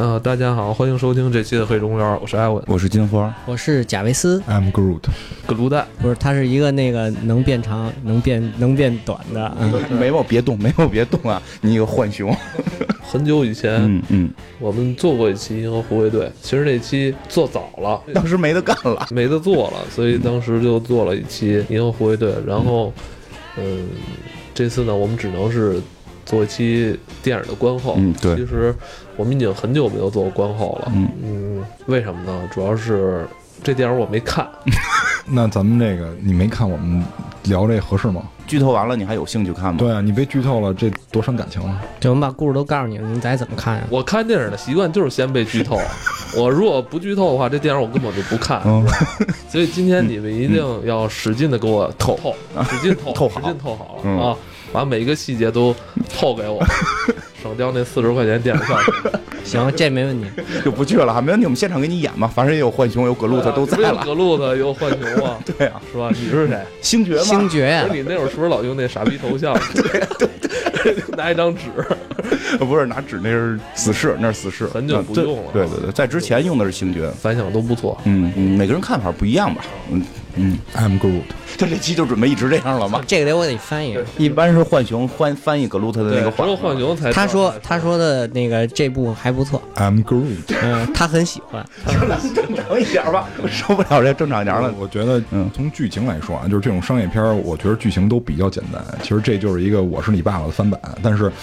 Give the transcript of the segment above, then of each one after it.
大家好，欢迎收听这期的黑中园，我是艾文， 我是金花， 我是贾维斯 ，I'm Groot， 格鲁代， 不是，他是一个那个能变长、能变短的。 没有别动啊！你一个浣熊。 很久以前，我们做过一期银河护卫队，其实那期做早了， 当时没得干了， 没得做了，所以当时就做了一期银河护卫队，然后，这次呢，我们只能是做一期电影的观后。 对， 其实我们已经很久没有做过观后了。为什么呢？主要是这电影我没看。 那咱们这个你没看，我们聊这合适吗？ 剧透完了，你还有兴趣看吗？ 对啊，你被剧透了，这多伤感情啊！ 就我们把故事都告诉你了，你再怎么看呀？ 我看电影的习惯就是先被剧透，我如果不剧透的话，这电影我根本就不看。所以今天你们一定要使劲的给我透，使劲透好了啊！把每一个细节都透给我，省掉那40块钱电影票。 行，这没问题， 就不去了哈，没问题，我们现场给你演嘛，反正也有浣熊，有葛路特都在了。 葛路特有浣熊啊， 对啊， 是吧？你是谁？ 星爵吗？ 星爵呀！ 你那会儿是不是老用那傻逼头像？对，拿一张纸。 不是拿纸，那是死侍， 很久不用了。 对，在之前用的是星爵， 反响都不错。 每个人看法不一样吧。 I'm Groot， 他这期就准备一直这样了吗？ 这个我得翻译。 一般是浣熊翻译葛路特的那个话， 只有浣熊才。 他说的那个这部还不错。 I'm Groot， 他很喜欢。 正常一点吧，我受不了这正常点了。 我觉得，从剧情来说啊，就是这种商业片，我觉得剧情都比较简单。其实这就是一个《我是你爸爸》的翻版，但是，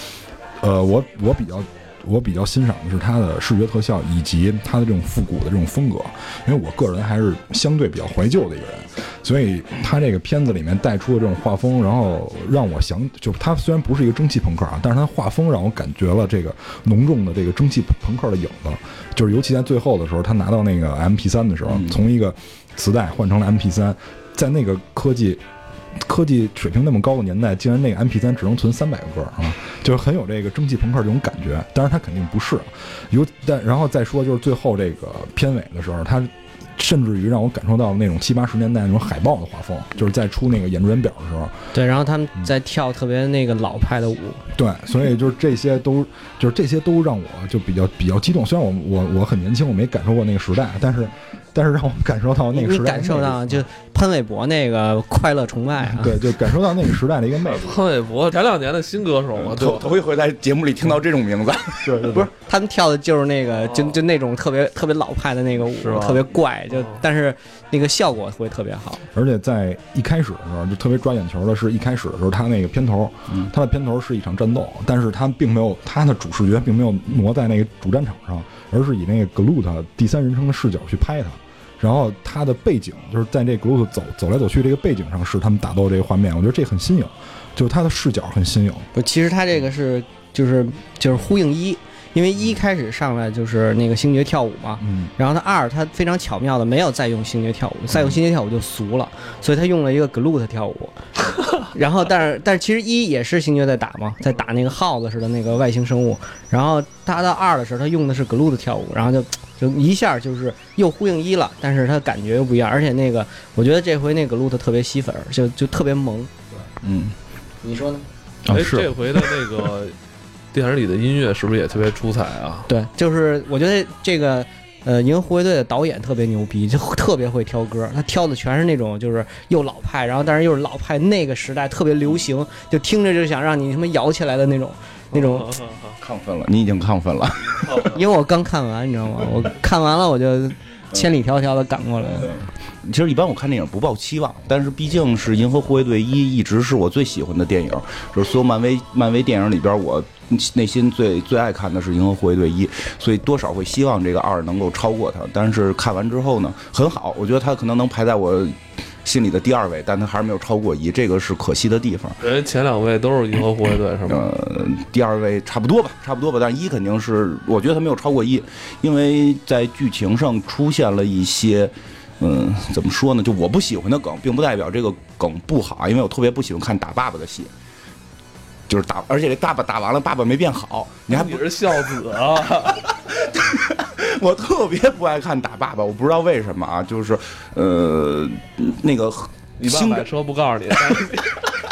我比较欣赏的是它的视觉特效以及它的这种复古的这种风格，因为我个人还是相对比较怀旧的一个人，所以它这个片子里面带出的这种画风，然后让我就是它虽然不是一个蒸汽朋克啊，但是它画风让我感觉了这个浓重的这个蒸汽朋克的影子，就是尤其在最后的时候，他拿到那个 MP3 的时候，从一个磁带换成了 MP3， 在那个科技水平那么高的年代，竟然那个 MP3 只能存300个歌啊，就是很有这个蒸汽朋克这种感觉。当然它肯定不是，然后再说就是最后这个片尾的时候，它甚至于让我感受到那种70、80年代那种海报的画风，就是在出那个演职员表的时候。 对，然后他们在跳特别那个老派的舞。 对，所以就是这些都让我就比较激动。虽然我很年轻，我没感受过那个时代，但是让我感受到那个时代， 感受到就潘玮柏那个快乐崇拜啊， 对，就感受到那个时代的一个魅力。 潘玮柏前2年的新歌手嘛， 头一回在节目里听到这种名字， 对， 不是他们跳的就是那个就那种特别老派的那个舞，特别怪，但是那个效果会特别好。 而且在一开始的时候就特别抓眼球的是，一开始的时候他那个片头，他的片头是一场战斗，但是他的主视觉并没有挪在那个主战场上，而是以那个格鲁特第3人称的视角去拍他。然后他的背景就是在这格鲁特走来走去这个背景上是他们打斗这个画面，我觉得这很新颖，就是他的视角很新颖。 其实他这个是就是呼应1，因为1开始上来就是那个星爵跳舞嘛，然后他2他非常巧妙的没有再用星爵跳舞，再用星爵跳舞就俗了，所以他用了一个格鲁特跳舞。然后但是其实1也是星爵在打嘛，在打那个耗子似的那个外星生物，然后他到2的时候他用的是格鲁特跳舞，然后就一下就是又呼应1了，但是他感觉又不一样，而且那个我觉得这回那个格鲁特特别吸粉，就特别萌。你说呢？ 这回的那个电影里的音乐是不是也特别出彩啊？ 对，就是我觉得这个银河护卫队的导演特别牛逼，就特别会挑歌，他挑的全是那种就是又老派，然后但是又是老派那个时代特别流行，就听着就想让你什么摇起来的那种。 亢奋了，你已经亢奋了， 因为我刚看完，你知道吗？我看完了我就千里迢迢的赶过来。 其实一般我看电影不抱期望，但是毕竟是《银河护卫队1》一直是我最喜欢的电影，就是所有漫威电影里边，我内心最爱看的是《银河护卫队1》，所以多少会希望这个2能够超过它。但是看完之后呢，很好，我觉得它可能排在我心里的第2位，但他还是没有超过1，这个是可惜的地方。 人前2位都是银河护卫队是吗？ 第2位差不多吧，但是1肯定是，我觉得他没有超过1，因为在剧情上出现了一些，怎么说呢？就我不喜欢的梗，并不代表这个梗不好，因为我特别不喜欢看打爸爸的戏。就是而且这爸爸打完了，爸爸没变好，你是孝子啊！ 我特别不爱看打爸爸，我不知道为什么啊，就是那个你爸买车不告诉你，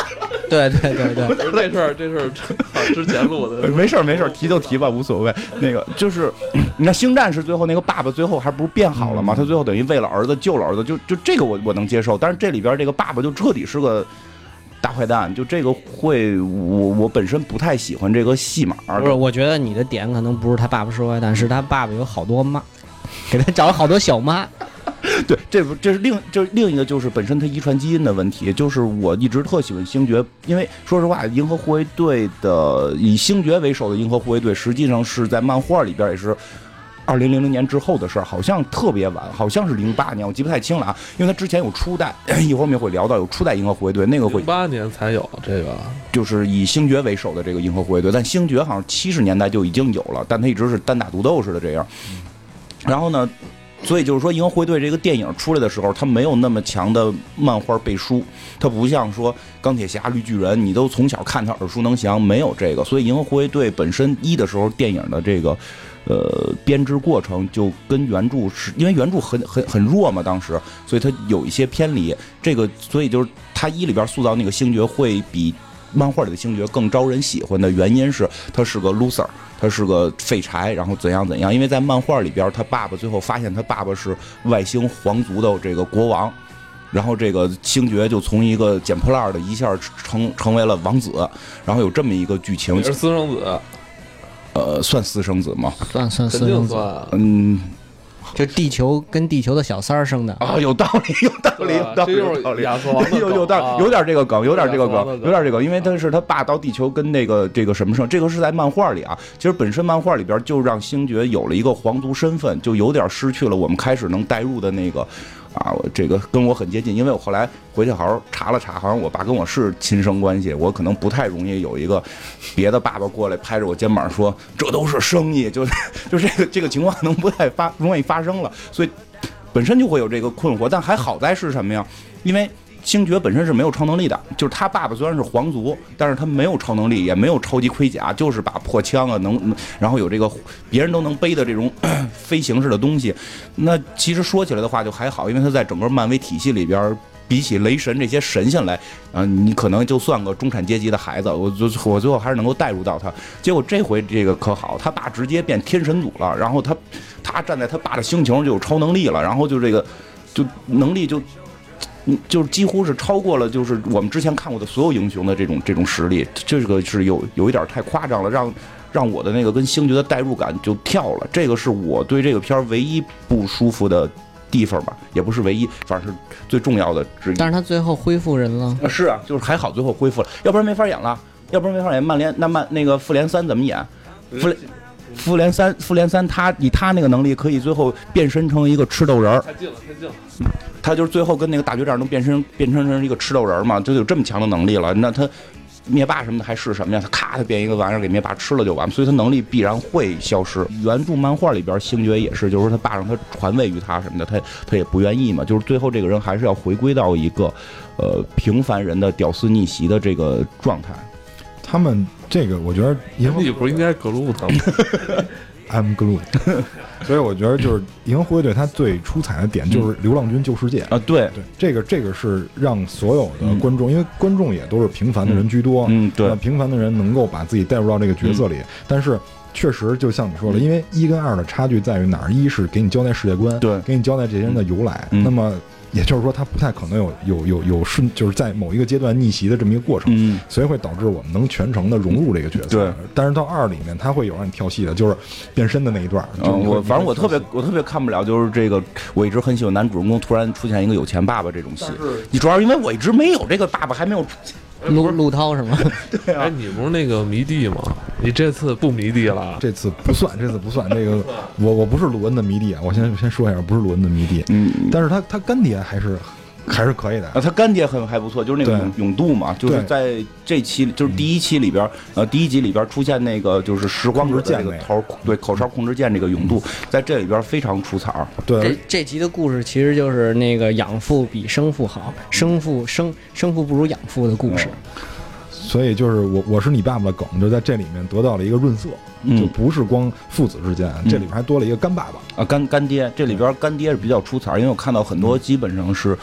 对对对对， 这事儿之前录的， 没事提就提吧，无所谓。那个就是你看星战是最后那个爸爸最后还不是变好了吗？他最后等于为了儿子救了儿子，就这个我能接受，但是这里边这个爸爸就彻底是个大坏蛋，就这个我本身不太喜欢这个戏码。 不是，我觉得你的点可能不是他爸爸是坏蛋，是他爸爸有好多妈，给他找了好多小妈。 对，这是另一个，就是本身它遗传基因的问题。就是我一直特喜欢星爵，因为说实话，银河护卫队的以星爵为首的银河护卫队，实际上是在漫画里边也是2000年之后的事儿，好像特别晚，好像是08年，我记不太清了啊。因为它之前有初代，一会儿我们也会聊到有初代银河护卫队，那个会 08年才有这个， 就是以星爵为首的这个银河护卫队。但星爵好像70年代就已经有了，但他一直是单打独斗似的这样。然后呢？所以就是说，银河护卫队这个电影出来的时候，它没有那么强的漫画背书，它不像说钢铁侠、绿巨人，你都从小看它耳熟能详，没有这个。所以银河护卫队本身的时候，电影的这个编织过程就跟原著是因为原著很弱嘛，当时，所以它有一些偏离。这个所以就是它里边塑造那个星爵会比漫画里的星爵更招人喜欢的原因是他是个 loser， 他是个废柴，然后怎样，因为在漫画里边他爸爸最后发现他爸爸是外星皇族的这个国王，然后这个星爵就从一个捡破烂的一下成为了王子，然后有这么一个剧情。 也是私生子， 算私生子吗？ 算私生子，就地球跟地球的小三儿生的啊，有道理，有道理， 亚瑟王的有点这个梗，有点这个，因为他是他爸到地球跟这个什么生，这个是在漫画里啊。其实本身漫画里边就让星爵有了一个皇族身份，就有点失去了我们开始能带入的那个啊，这个跟我很接近，因为我后来回去好好查了查，好像我爸跟我是亲生关系，我可能不太容易有一个别的爸爸过来拍着我肩膀说这都是生意，就这个情况能不太容易发生了，所以本身就会有这个困惑。但还好在是什么呀？因为星爵本身是没有超能力的，就是他爸爸虽然是皇族，但是他没有超能力，也没有超级盔甲，就是把破枪啊然后有这个别人都能背的这种飞行式的东西。那其实说起来的话就还好，因为他在整个漫威体系里边，比起雷神这些神仙来，你可能就算个中产阶级的孩子，我最后还是能够带入到他。结果这回这个可好，他爸直接变天神组了，然后他站在他爸的星球就有超能力了，然后就这个就能力就几乎是超过了就是我们之前看过的所有英雄的这种实力，这个是有一点太夸张了，让我的那个跟星爵的代入感就跳了。这个是我对这个片唯一不舒服的地方吧，也不是唯一，反正是最重要的之一。 但是他最后恢复人了。 是啊，就是还好最后恢复了，要不然没法演了，曼联那个复联3怎么演？复联三他以他那个能力可以最后变身成一个吃豆人，太近了。他就是最后跟那个大决战能变成一个吃豆人嘛，就有这么强的能力了。那他灭霸什么的还是什么呀？他变一个玩意儿给灭霸吃了就完，所以他能力必然会消失。原著漫画里边星爵也是，就是说他爸让他传位于他什么的，他也不愿意嘛。就是最后这个人还是要回归到一个平凡人的屌丝逆袭的这个状态。 他们这个我觉得你不是应该格鲁的吗 ？I'm Groot 所以我觉得就是银河护卫队它最出彩的点就是流浪军救世界啊，对， 这个是让所有的观众，因为观众也都是平凡的人居多， 对， 平凡的人能够把自己带入到这个角色里，但是确实就像你说的，因为1跟2的差距在于哪儿？一是给你交代世界观， 对， 给你交代这些人的由来，那么也就是说他不太可能有顺，就是在某一个阶段逆袭的这么一个过程，所以会导致我们能全程的融入这个角色。 对， 但是到2里面他会有让你跳戏的，就是变身的那一段。 反正我特别看不了，就是这个我一直很喜欢男主人公突然出现一个有钱爸爸这种戏。你主要因为我一直没有这个爸爸，还没有出现。 陆涛是吗？ 对啊， 你不是那个迷弟吗？你这次不迷弟了？ 这次不算。这个我不是鲁恩的迷弟啊，我先说一下，不是鲁恩的迷弟。但是他干爹还是可以的啊，他干爹还不错，就是那个永度嘛，就是在这期就是第1期里边，第1集里边出现那个就是时光之剑这个头，对，口哨控制键这个永度，在这里边非常出彩。 对， 这集的故事其实就是那个养父比生父好，生父不如养父的故事。 所以就是我是你爸爸的梗，就在这里面得到了一个润色，就不是光父子之间，这里面还多了一个干爸爸啊，干爹。这里边干爹是比较出彩，因为我看到很多基本上是。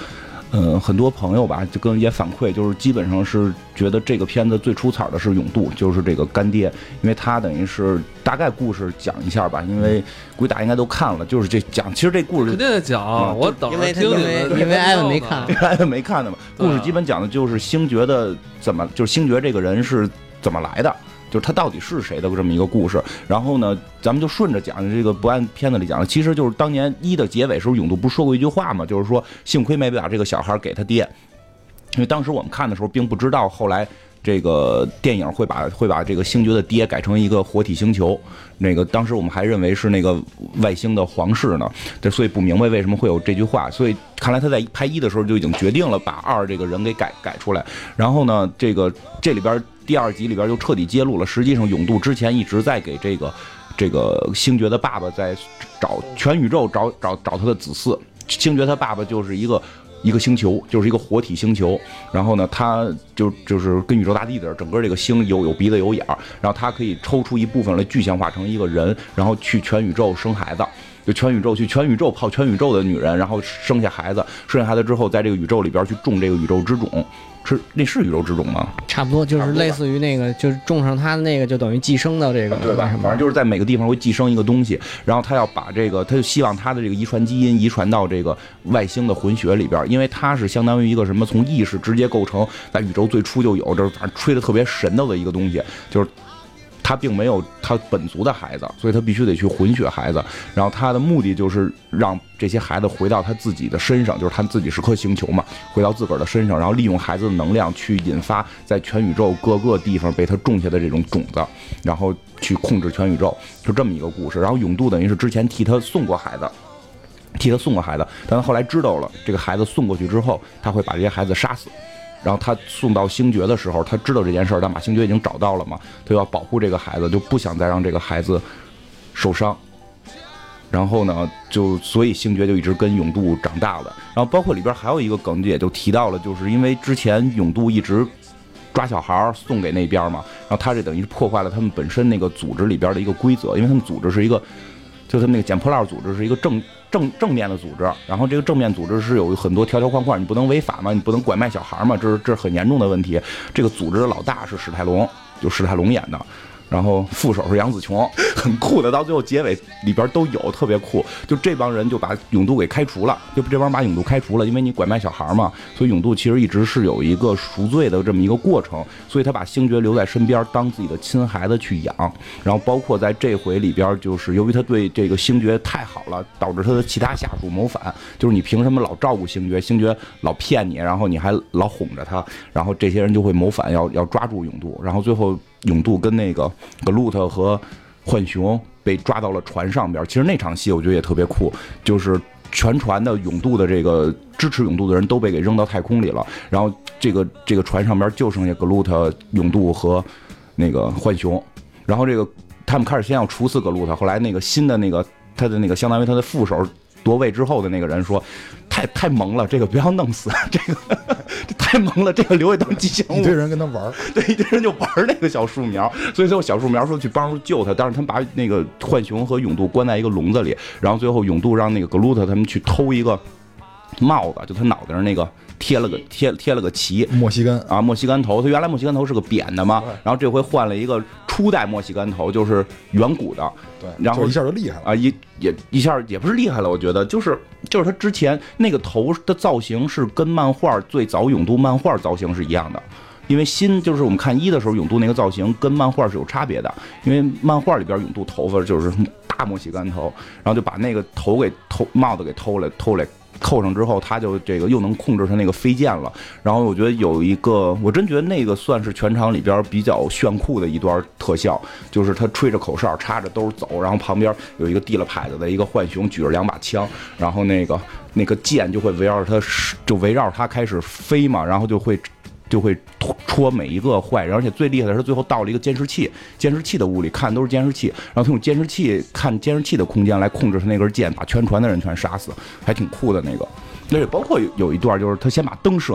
很多朋友吧，就跟也反馈，就是基本上是觉得这个片子最出彩的是永渡，就是这个干爹，因为他等于是大概故事讲一下吧，因为估计大家应该都看了，就是这讲，其实这故事肯定得讲，我等着听因为艾文没看， 艾文没看的嘛，故事基本讲的就是星爵的就是星爵这个人是怎么来的。就是他到底是谁的这么一个故事，然后呢，咱们就顺着讲，这个不按片子里讲的，其实就是当年1的结尾时候，永渡不是说过一句话吗？就是说幸亏没把这个小孩给他爹，因为当时我们看的时候并不知道，后来这个电影会把这个星爵的爹改成一个活体星球，那个当时我们还认为是那个外星的皇室呢，所以不明白为什么会有这句话，所以看来他在拍1的时候就已经决定了把2这个人给改出来，然后呢，这里边第2集里边就彻底揭露了，实际上永渡之前一直在给这个星爵的爸爸在找全宇宙找他的子嗣，星爵他爸爸就是一个星球，就是一个活体星球，然后呢，他就是跟宇宙大帝的整个这个星有鼻子有眼，然后他可以抽出一部分来具象化成一个人，然后去全宇宙生孩子，就全宇宙泡全宇宙的女人，然后生下孩子之后，在这个宇宙里边去种这个宇宙之种。那是宇宙之种吗？ 差不多，就是类似于那个，就是种上他的那个，就等于寄生到这个， 对吧？反正就是在每个地方会寄生一个东西，然后他要把这个，他就希望他的这个遗传基因遗传到这个外星的混血里边，因为他是相当于一个什么，从意识直接构成，在宇宙最初就有，就是反正吹得特别神叨的一个东西，就是他并没有他本族的孩子，所以他必须得去混血孩子，然后他的目的就是让这些孩子回到他自己的身上，就是他自己是颗星球嘛，回到自个儿的身上，然后利用孩子的能量去引发在全宇宙各个地方被他种下的这种种子，然后去控制全宇宙，就这么一个故事。然后永渡等于是之前替他送过孩子，但他后来知道了这个孩子送过去之后，他会把这些孩子杀死。然后他送到星爵的时候，他知道这件事儿，但把星爵已经找到了嘛，他要保护这个孩子，就不想再让这个孩子受伤。然后呢，所以星爵就一直跟永渡长大了。然后包括里边还有一个梗，也就提到了，就是因为之前永渡一直抓小孩送给那边嘛，然后他这等于是破坏了他们本身那个组织里边的一个规则，因为他们组织是一个，就他们那个捡破烂组织是一个正面的组织，然后这个正面组织是有很多条条框框，你不能违法嘛，你不能拐卖小孩嘛，这是很严重的问题。这个组织的老大是史泰龙，就史泰龙演的。然后副手是杨紫琼，很酷的，到最后结尾里边都有，特别酷。就这帮人就把永渡给开除了，就这帮人把永渡开除了，因为你拐卖小孩嘛，所以永渡其实一直是有一个赎罪的这么一个过程，所以他把星爵留在身边当自己的亲孩子去养。然后包括在这回里边，就是由于他对这个星爵太好了，导致他的其他下属谋反，就是你凭什么老照顾星爵，星爵老骗你，然后你还老哄着他，然后这些人就会谋反，要抓住永渡，然后最后永渡跟那个格鲁特和浣熊被抓到了船上边。其实那场戏我觉得也特别酷，就是全船的永渡的这个支持永渡的人都被给扔到太空里了，然后这个船上边就剩下格鲁特、永渡和那个浣熊，然后这个他们开始先要处死格鲁特，后来那个新的那个他的那个相当于他的副手夺位之后的那个人说，太萌了，这个不要弄死，这太萌了，这个留下当吉祥物。 一堆人跟他玩， 对，一堆人就玩那个小树苗，所以最后小树苗说去帮助救他，但是他们把那个浣熊和永渡关在一个笼子里，然后最后永渡让那个格鲁特他们去偷一个帽子，就他脑袋上那个贴了个旗， 墨西哥啊，墨西哥头，他原来墨西哥头是个扁的嘛，然后这回换了一个初代墨西哥头，就是圆鼓的， 对， 然后一下就厉害了啊，一下也不是厉害了，我觉得就是他之前那个头的造型是跟漫画最早永渡漫画造型是一样的。因为就是我们看1的时候，永渡那个造型跟漫画是有差别的，因为漫画里边永渡头发就是大墨西哥头，然后就把那个帽子给偷来扣上之后，他就这个又能控制他那个飞剑了。然后我觉得有一个，我真觉得那个算是全场里边比较炫酷的一段特效，就是他吹着口哨插着兜走，然后旁边有一个递了牌子的一个浣熊举着2把枪，然后那个剑就会围绕他开始飞嘛，然后就会戳每一个坏人，而且最厉害的是最后到了一个监视器的屋里，看都是监视器，然后他用监视器的空间来控制他那根剑，把全船的人全杀死，还挺酷的那个。而且包括有一段就是他先把灯射灭，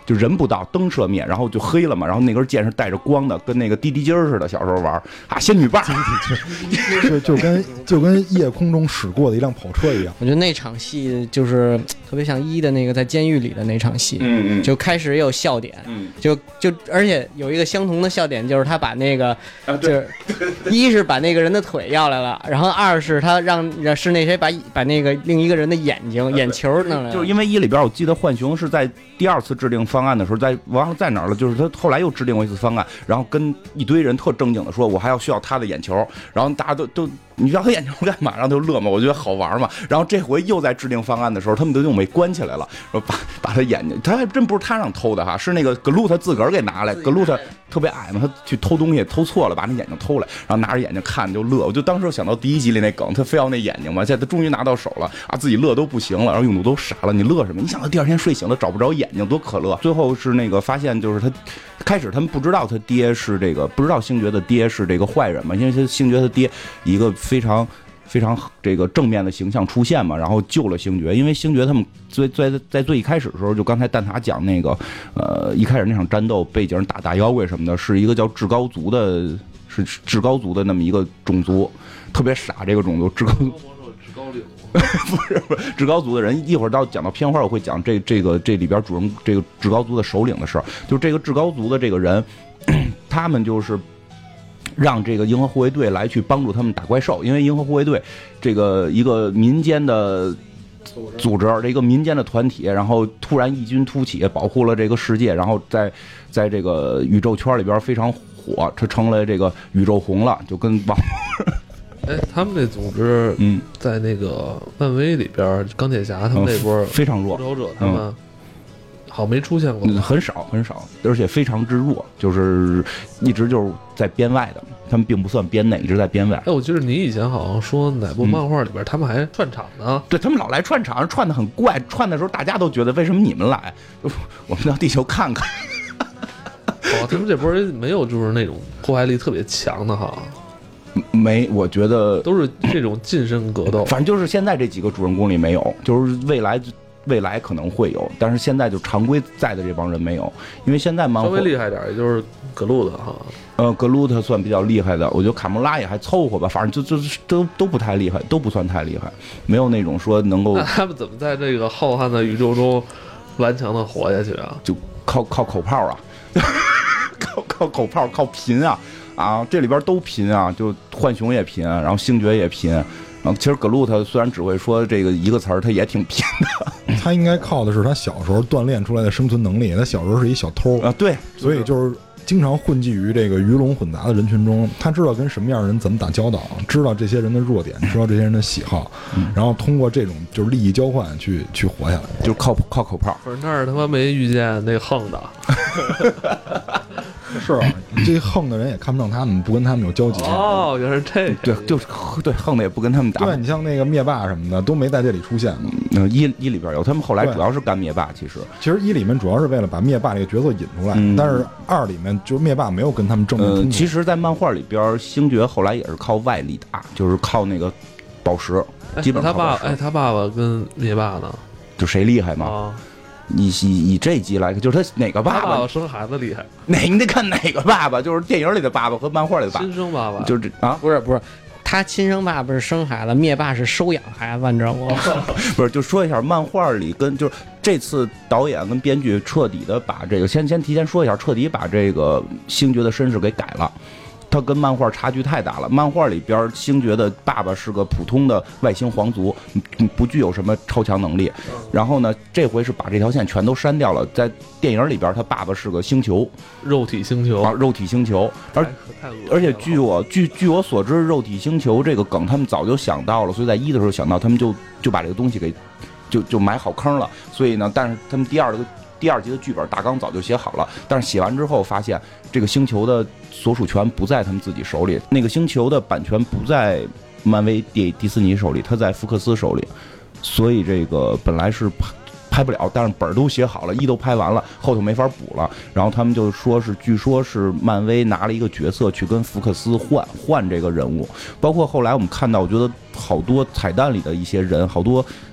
就人不到，灯射灭，然后就黑了嘛。然后那根剑是带着光的，跟那个滴滴筋儿似的。小时候玩啊，仙女棒， 就跟夜空中驶过的一辆跑车一样。 我觉得那场戏就是特别像一的那个在监狱里的那场戏，就开始有笑点，就而且有一个相同的笑点，就是他把那个，就是一是把那个人的腿要来了，然后二是他是那谁把那个另一个人的眼球弄来了。 就是因为一里边我记得浣熊是在第2次制定方案的时候，忘了在哪儿了，就是他后来又制定过一次方案，然后跟一堆人特正经的说，我还要需要他的眼球，然后大家都你要他眼球干嘛？然后就乐嘛，我觉得好玩嘛。然后这回又在制定方案的时候，他们都用美关起来了，说把他眼睛，他还真不是他让偷的哈，是那个格鲁他自个儿给拿来，格鲁他特别矮嘛，他去偷东西偷错了，把那眼睛偷来，然后拿着眼睛看就乐。我就当时想到第1集里那梗，他非要那眼睛嘛，现在他终于拿到手了啊，自己乐都不行了，然后用度都傻了，你乐什么？你想到第2天睡醒了找不着眼睛多可乐。最后是那个发现，就是他开始他们不知道他爹是这个，不知道星爵的爹是这个坏人嘛，因为他星爵他爹一个非常这个正面的形象出现嘛，然后救了星爵。因为星爵他们在最一开始的时候，就刚才蛋挞讲那个一开始那场战斗背景打大妖怪什么的，是一个叫至高族的，是至高族的那么一个种族，特别傻这个种族至高族。不是至高族的人，一会儿到讲到片花我会讲这里边主人这个至高族的首领的事儿。就是这个至高族的这个人，他们就是让这个银河护卫队来去帮助他们打怪兽，因为银河护卫队这个一个民间的组织，这个民间的团体，然后突然异军突起，保护了这个世界，然后在这个宇宙圈里边非常火，这成了这个宇宙红了，就跟网。 哎，他们那组织，在那个漫威里边，钢铁侠他们那波非常弱， 复仇者他们好没出现过， 很少，而且非常之弱，就是一直就是在边外的，他们并不算边内，一直在边外。 哎，我记得你以前好像说哪部漫画里边他们还串场呢？ 对，他们老来串场，串的很怪，串的时候大家都觉得为什么你们来？我们到地球看看。 哦，他们这波没有就是那种破坏力特别强的哈。 没，我觉得都是这种近身格斗， 反正就是现在这几个主人公里没有，就是未来可能会有，但是现在就常规在的这帮人没有，因为现在漫画稍微厉害点，也就是格鲁特哈， 格鲁特算比较厉害的，我觉得卡莫拉也还凑合吧，反正都不太厉害，都不算太厉害，没有那种说能够。 那他们怎么在这个浩瀚的宇宙中顽强的活下去啊？ 就靠口炮啊，靠口炮，靠贫啊。啊，这里边都贫啊，就浣熊也贫，然后星爵也贫，然后其实格鲁特虽然只会说这个一个词儿，他也挺贫的。 他应该靠的是他小时候锻炼出来的生存能力。他小时候是一小偷啊，对， 所以就是经常混迹于这个鱼龙混杂的人群中。他知道跟什么样的人怎么打交道，知道这些人的弱点，知道这些人的喜好，然后通过这种就是利益交换去活下来， 就靠口炮。 不是那儿他妈没遇见那横的。 是啊，这横的人也看不上他们，不跟他们有交集。 哦，原来是这个。 对，就是对横的也不跟他们打。 对，你像那个灭霸什么的都没在这里出现。 一里边有，他们后来主要是干灭霸。其实一里面主要是为了把灭霸这个角色引出来，但是2里面就灭霸没有跟他们正面冲突。 其实，在漫画里边，星爵后来也是靠外力打，就是靠那个宝石，基本上他爸爸跟灭霸呢， 就谁厉害嘛？以这集来看，就是他哪个爸爸生孩子厉害？ 你得看哪个爸爸，就是电影里的爸爸和漫画里的爸爸。 亲生爸爸就是啊， 不是，他亲生爸爸是生孩子，灭霸是收养孩子，你知道吗？ 不是，就说一下漫画里跟就是这次导演跟编剧彻底的把这个先提前说一下，彻底把这个星爵的身世给改了。他跟漫画差距太大了。漫画里边星爵的爸爸是个普通的外星皇族，不具有什么超强能力。然后呢，这回是把这条线全都删掉了。在电影里边，他爸爸是个星球， 肉体星球啊，肉体星球。而且据我所知，肉体星球这个梗他们早就想到了，所以在1的时候想到，他们就把这个东西给就埋好坑了。所以呢，但是他们第二集的剧本大纲早就写好了，但是写完之后发现这个星球的所属权不在他们自己手里，那个星球的版权不在漫威迪士尼手里，它在福克斯手里，所以这个本来是拍不了，但是本都写好了，1都拍完了，后头没法补了。然后他们就说据说是漫威拿了一个角色去跟福克斯换这个人物，包括后来我们看到，我觉得好多彩蛋里的一些人，好多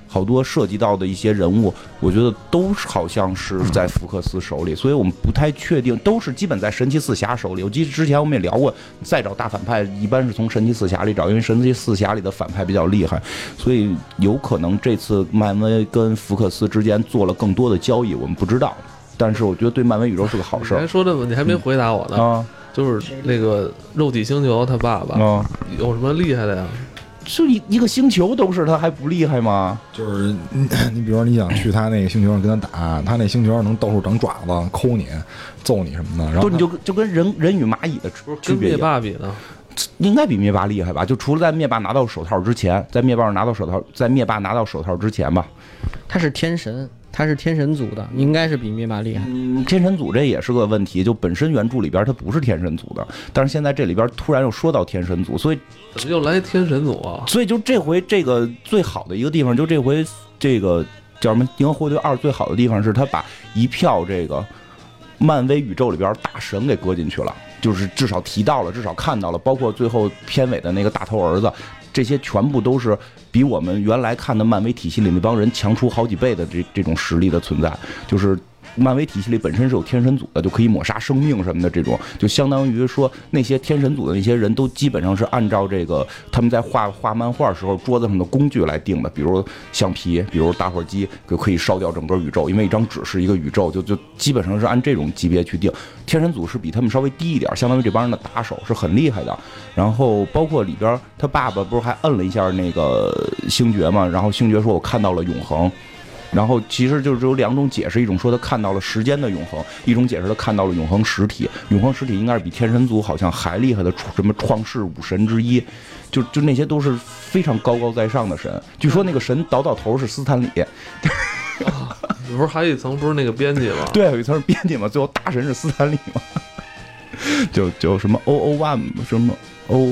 好多涉及到的一些人物，我觉得都好像是在福克斯手里，所以我们不太确定，都是基本在神奇四侠手里。我记得之前我们也聊过，再找大反派一般是从神奇四侠里找，因为神奇四侠里的反派比较厉害，所以有可能这次漫威跟福克斯之间做了更多的交易，我们不知道。但是我觉得对漫威宇宙是个好事。 你还说这问题还没回答我呢，就是那个肉体星球他爸爸有什么厉害的呀？ 就一个星球都是他，还不厉害吗？ 就是你比如说你想去他那个星球上跟他打，他那星球上能到处长爪子抠你揍你什么的，然后你就跟人与蚂蚁的区别。 跟灭霸比呢？ 应该比灭霸厉害吧？就除了在灭霸拿到手套之前，在灭霸拿到手套之前吧。 他是天神，他是天神组的，应该是比灭霸厉害。 天神组这也是个问题，就本身原著里边他不是天神组的，但是现在这里边突然又说到天神组，所以怎么又来天神组啊？ 所以就这回这个最好的一个地方，就这回这个叫什么《银河护卫队2》最好的地方是他把一票这个漫威宇宙里边大神给搁进去了，就是至少提到了，至少看到了，包括最后片尾的那个大头儿子，这些全部都是比我们原来看的漫威体系里那帮人强出好几倍的这种实力的存在，就是漫威体系里本身是有天神组的，就可以抹杀生命什么的，这种就相当于说那些天神组的那些人都基本上是按照这个他们在画漫画时候桌子上的工具来定的，比如橡皮，比如打火机，就可以烧掉整个宇宙，因为一张纸是一个宇宙，就基本上是按这种级别去定。天神组是比他们稍微低一点，相当于这帮人的打手是很厉害的。然后包括里边他爸爸不是还摁了一下那个星爵嘛，然后星爵说我看到了永恒。然后其实就是有两种解释，一种说他看到了时间的永恒，一种解释他看到了永恒实体。永恒实体应该是比天神组好像还厉害的什么创世武神之一，就那些都是非常高高在上的神。据说那个神倒头是斯坦李。 不是还有一层不是那个编辑吗？ 对，有一层是编辑嘛，最后大神是斯坦李嘛。就什么 OO1 什么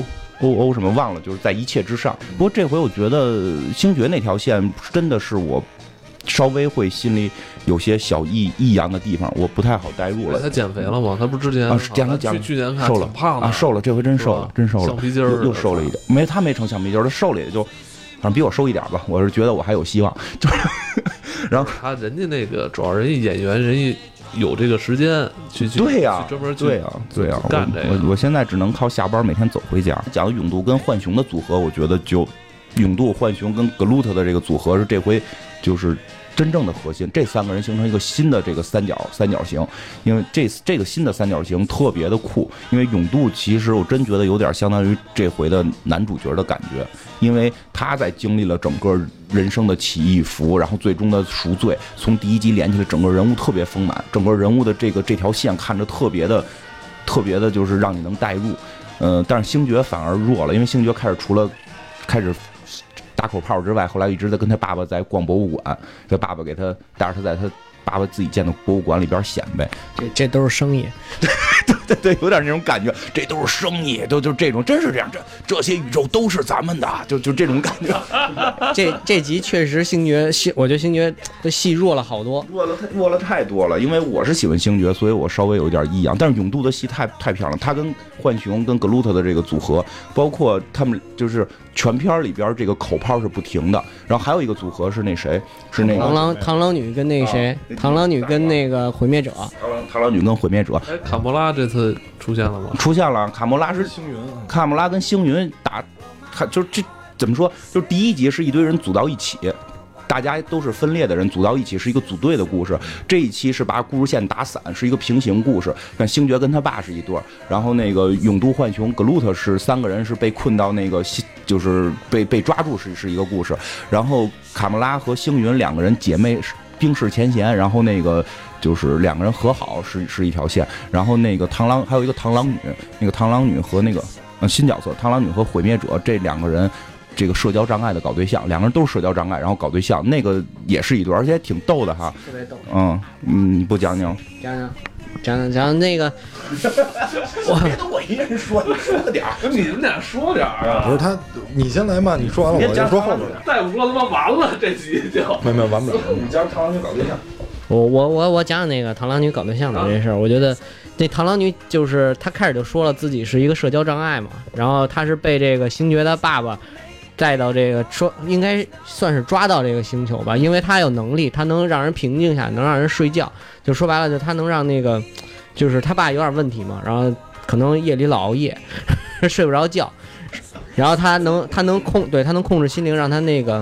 OO 什么忘了，就是在一切之上。不过这回我觉得星爵那条线真的是我稍微会心里有些小异样的地方，我不太好代入了。 他减肥了吗？他不是之前去年看瘦了， 胖了瘦了，这回真瘦了，真瘦了， 橡皮筋儿又瘦了一点。他没成橡皮筋儿，他瘦了也就，反正比我瘦一点吧。我是觉得我还有希望，就是。然后人家那个主要人家演员，人家有这个时间去对呀， 专门对呀干这个。 我现在只能靠下班每天走回家。讲永度跟浣熊的组合，我觉得就永度、浣熊跟格鲁特的这个组合是这回就是真正的核心，这三个人形成一个新的这个三角形，因为这个新的三角形特别的酷。因为永度其实我真觉得有点相当于这回的男主角的感觉，因为他在经历了整个人生的起义伏，然后最终的赎罪，从第一集连起来，整个人物特别丰满，整个人物的这条线看着特别的就是让你能带入。但是星爵反而弱了，因为星爵除了开始打口炮之外，后来一直在跟他爸爸在逛博物馆，他爸爸带着他在他爸爸自己建的博物馆里边显摆， 这都是生意。 对，有点那种感觉，这都是生意，就这种，真是这样，这些宇宙都是咱们的，就这种感觉。 这集确实我觉得星爵的戏弱了好多， 弱了太多了。因为我是喜欢星爵，所以我稍微有点异样。但是永度的戏太漂亮，他跟浣熊跟格鲁特的这个组合，包括他们就是全片里边这个口炮是不停的。然后还有一个组合是那谁，是那个螳螂女跟那谁，螳螂女跟那个毁灭者， 螳螂女跟毁灭者。 卡莫拉这次出现了吗？ 出现了，卡莫拉是星云，卡莫拉跟星云打，就这怎么说？就第一集是一堆人组到一起，大家都是分裂的人组到一起，是一个组队的故事。这一期是把故事线打散，是一个平行故事。但星爵跟他爸是一对，然后那个永度、浣熊、格鲁特是三个人是被困到那个就是被抓住是一个故事。然后卡莫拉和星云两个人姐妹冰释前嫌，然后那个就是两个人和好是一条线。然后那个还有一个螳螂女，那个螳螂女和那个新角色螳螂女和毁灭者这两个人。这个社交障碍的搞对象，两个人都是社交障碍，然后搞对象，那个也是一对，而且挺逗的哈， 特别逗。 你不讲讲那个， 别都我一人说，你说点儿， 你们俩说点儿啊。 不是你先来嘛，你说完了我就说后面。 再不说他妈完了，这集就没完不了。 你讲螳螂女搞对象。 我讲讲那个螳螂女搞对象的这事儿，我觉得那螳螂女就是她开始就说了自己是一个社交障碍嘛，然后她是被这个星爵的爸爸带到这个应该算是抓到这个星球吧，因为他有能力，他能让人平静下来，能让人睡觉，就说白了，就他能让那个，就是他爸有点问题嘛，然后可能夜里老熬夜，睡不着觉，然后他能控制心灵，让他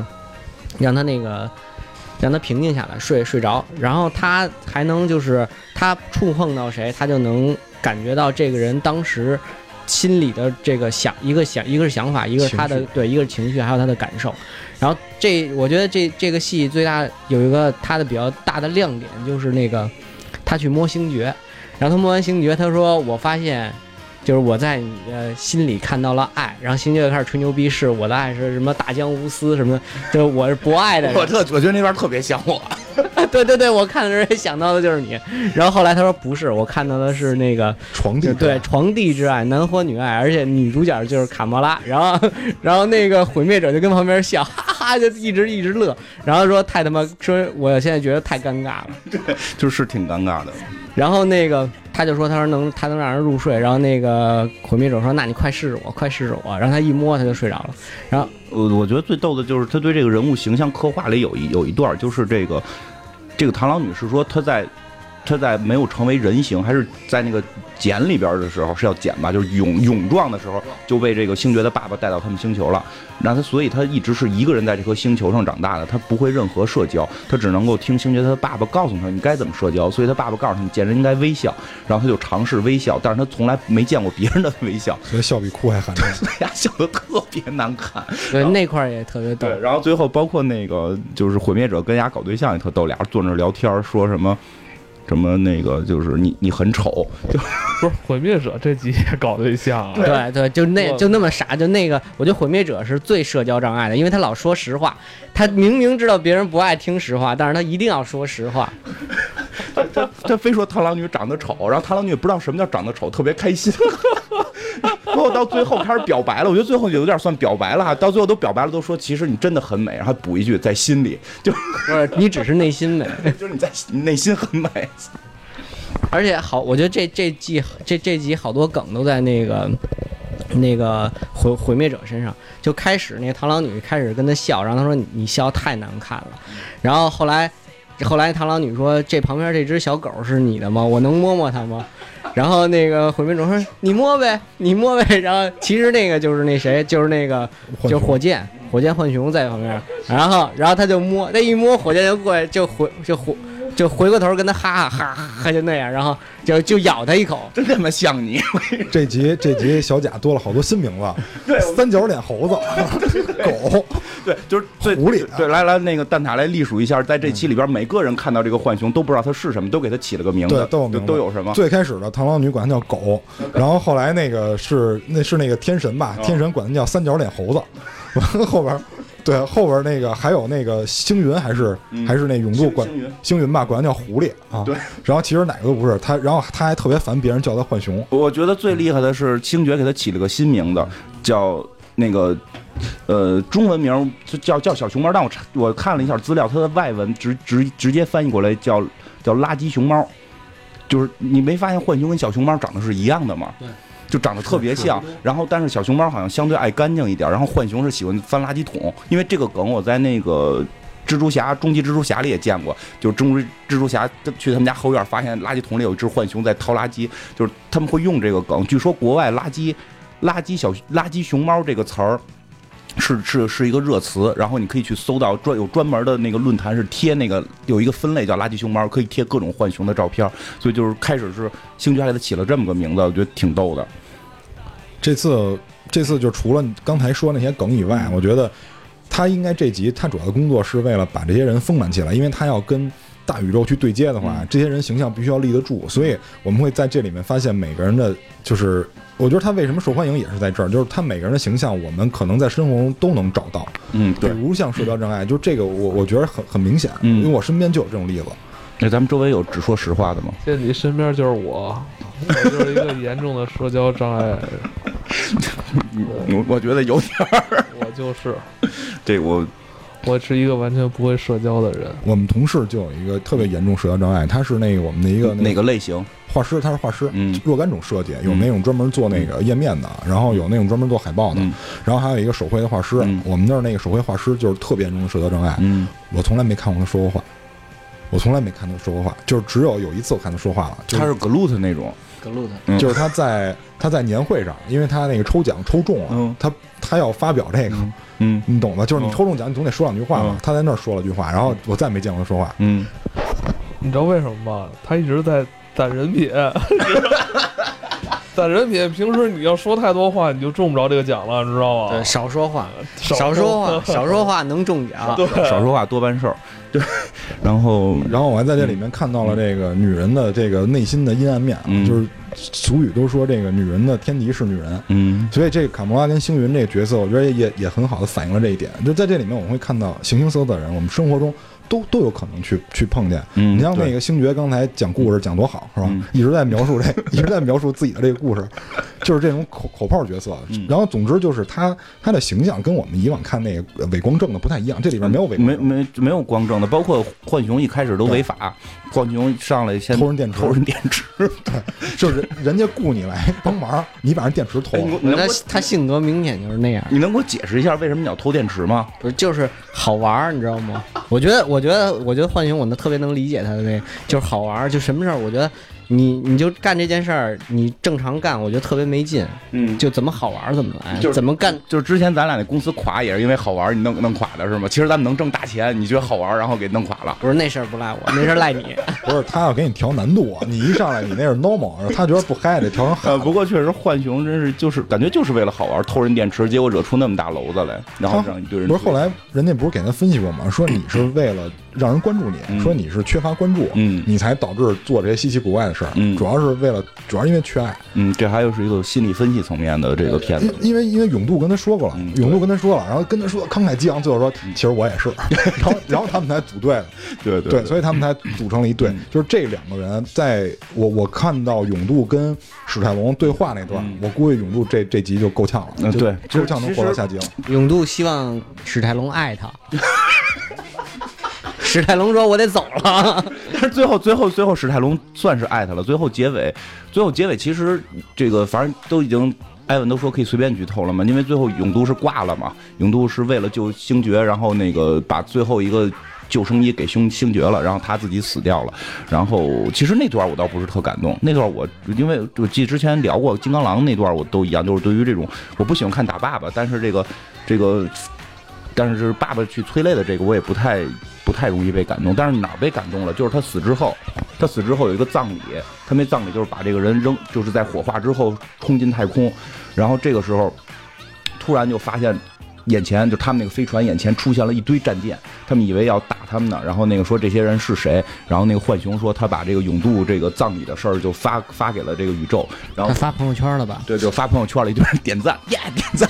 平静下来，睡着，然后他还能就是他触碰到谁，他就能感觉到这个人当时心里的这个一个是想法，一个是他的对，一个是情绪，还有他的感受。然后我觉得这个戏最大有一个他的比较大的亮点，就是那个他去摸星爵，然后他摸完星爵，他说我发现就是我在你的心里看到了爱，然后星爵就开始吹牛逼，是我的爱是什么大江无私什么的，就我是博爱的人。 我觉得那边特别像我。 对，我看的时候也想到的就是你。然后后来他说不是，我看到的是那个床地， 对，床地之爱，男欢女爱，而且女主角就是卡莫拉。然后那个毁灭者就跟旁边笑，哈哈，就一直乐。然后说太他妈说，我现在觉得太尴尬了， 对，就是挺尴尬的。 然后那个他就说，他能让人入睡。然后那个毁灭者说，那你快试试我。然后他一摸他就睡着了。然后我觉得最逗的就是他对这个人物形象刻画里有一段，就是这个螳螂女士说她在没有成为人形，还是在那个茧里边的时候，是要茧吧，就是蛹状的时候，就被这个星爵的爸爸带到他们星球了。然后所以他一直是一个人在这颗星球上长大的，他不会任何社交，他只能够听星爵他的爸爸告诉他你该怎么社交。所以他爸爸告诉他你见人应该微笑，然后他就尝试微笑，但是他从来没见过别人的微笑， 所以笑比哭还寒碜， 所以他笑得特别难看。 对，那块也特别逗。 对，然后最后包括那个就是毁灭者跟丫搞对象也特逗，俩人坐那聊天说什么那个就是你很丑，就不是毁灭者这集也搞对象啊？ 对，就那么傻，就那个，我觉得毁灭者是最社交障碍的，因为他老说实话，他明明知道别人不爱听实话，但是他一定要说实话。 他非说螳螂女长得丑，然后螳螂女也不知道什么叫长得丑，特别开心。包括到最后开始表白了，我觉得最后有点算表白了，到最后都表白了，都说其实你真的很美，然后补一句在心里，就不是你只是内心美， 就是你内心很美。 而且好，我觉得这集好多梗都在那个毁灭者身上，就开始那个螳螂女开始跟他笑，然后他说你笑太难看了，然后后来螳螂女说这旁边这只小狗是你的吗？我能摸摸它吗？然后那个毁灭者说你摸呗。然后其实那个就是那谁，就是那个就是火箭浣熊在旁边，然后他就摸，他一摸火箭就过来就回过头跟他哈哈就那样，然后就咬他一口， 真他妈像你。 这集小贾多了好多新名字，对，三角脸猴子，狗， 对，就是狐狸。 对，来那个蛋挞来隶属一下，在这期里边，每个人看到这个浣熊都不知道它是什么，都给它起了个名字， 对，都有什么。 最开始的螳螂女管它叫狗，然后后来那个是那个天神吧，天神管它叫三角脸猴子，后边。对，后边那个还有那个星云还是那永渡管星云吧，管他叫狐狸啊。对，然后其实哪个都不是他，然后他还特别烦别人叫他浣熊。 我觉得最厉害的是星爵给他起了个新名字，叫那个中文名叫小熊猫，但我看了一下资料，它的外文直接翻译过来叫垃圾熊猫，就是你没发现浣熊跟小熊猫长得是一样的吗？对。就长得特别像，然后但是小熊猫好像相对爱干净一点，然后浣熊是喜欢翻垃圾桶，因为这个梗我在那个终极蜘蛛侠里也见过，就是蜘蛛侠去他们家后院发现垃圾桶里有一只浣熊在掏垃圾，就是他们会用这个梗。据说国外垃圾熊猫这个词儿是一个热词，然后你可以去搜到有专门的那个论坛是贴那个有一个分类叫垃圾熊猫，可以贴各种浣熊的照片，所以就是开始是星爵还给他起了这么个名字，我觉得挺逗的。 这次就除了刚才说那些梗以外，我觉得他应该这集他主要的工作是为了把这些人丰满起来，因为他要跟大宇宙去对接的话，这些人形象必须要立得住，所以我们会在这里面发现每个人的，就是我觉得他为什么受欢迎也是在这儿，就是他每个人的形象我们可能在生活中都能找到，对，比如像社交障碍，就这个我觉得很明显，因为我身边就有这种例子。 那咱们周围有只说实话的吗？ 现在你身边就是我就是一个严重的社交障碍。 我觉得有点儿， 我就是这我是一个完全不会社交的人。 我们同事就有一个特别严重社交障碍，他是那个我们的一个哪个类型？ 画师，他是画师，若干种设计，有那种专门做那个页面的，然后有那种专门做海报的，然后还有一个手绘的画师。我们那儿那个手绘画师就是特别严重的社交障碍。我从来没看过他说过话，我从来没看他说过话，就是只有一次我看他说话了。 他是 Glut 那种。 就是他在年会上，因为他那个抽奖抽中了，他要发表这个，你懂的，就是你抽中奖，你总得说两句话嘛。他在那儿说了句话，然后我再没见过他说话。 你知道为什么吗？他一直在攒人品，攒人品。平时你要说太多话，你就中不着这个奖了，你知道吗？ 对，少说话能中奖。 对， 少说话多办事儿。对，然后我还在这里面看到了这个女人的这个内心的阴暗面，就是俗语都说这个女人的天敌是女人，所以这个卡魔拉跟星云这个角色，我觉得也很好的反映了这一点。就在这里面，我们会看到形形色色的人，我们生活中都有可能去碰见。你像那个星爵刚才讲故事讲多好，是吧？一直在描述自己的这个故事，就是这种口炮角色。然后总之就是他的形象跟我们以往看那个伪光正的不太一样，这里边没有伪光正， 没有光正的，包括浣熊一开始都违法，浣熊上来先偷人电池，对，就是人家雇你来帮忙，你把人电池偷了。 他性格明显就是那样。 你能给我解释一下为什么你要偷电池吗？ 不是，就是好玩，你知道吗？我觉得浣熊我特别能理解他的那，就是好玩，就什么事儿，我觉得你就干这件事儿，你正常干，我觉得特别没劲。就怎么好玩怎么来，怎么干。 就是之前咱俩那公司垮也是因为好玩，你弄垮的是吗？其实咱们能挣大钱，你觉得好玩，然后给弄垮了。 不是那事儿不赖我，那事儿赖你。 不是他要给你调难度啊，你一上来你那是 normal， 他觉得不嗨得调成hard。 不过确实浣熊真是就是感觉就是为了好玩偷人电池，结果惹出那么大娄子来，然后让一堆人。 不是后来人家不是给他分析过吗？说你是为了让人关注你，说你是缺乏关注，你才导致做这些稀奇古怪的事儿，主要是因为缺爱。 这还有是一个心理分析层面的这个片子。 因为永渡跟他说过了，然后跟他说慷慨激昂，最后说其实我也是，然后他们才组队的，对，所以他们才组成了一队。就是这两个人，在我看到永渡跟史泰龙对话那段，我估计永渡这集就够呛了， 对， 够呛能活到下集了。 永渡希望史泰龙爱他。史泰龙说：“我得走了。” 但是最后史泰龙算是爱他了。最后结尾其实这个反正都已经艾文都说可以随便剧透了嘛，因为最后永渡是挂了嘛，永渡是为了救星爵，然后那个把最后一个救生衣给星爵了，然后他自己死掉了。然后其实那段我倒不是特感动，那段因为我记得之前聊过金刚狼那段我都一样，就是对于这种我不喜欢看打爸爸，但是但是爸爸去催泪的这个我也不太容易被感动。但是哪儿被感动了，就是他死之后有一个葬礼，他那葬礼就是把这个人扔，就是在火化之后冲进太空，然后这个时候突然就发现眼前就他们那个飞船眼前出现了一堆战舰，他们以为要打他们呢，然后那个说这些人是谁，然后那个浣熊说他把这个永渡这个葬礼的事儿就发给了这个宇宙，然后他发朋友圈了吧？ 对，就发朋友圈了，一堆人点赞，点赞，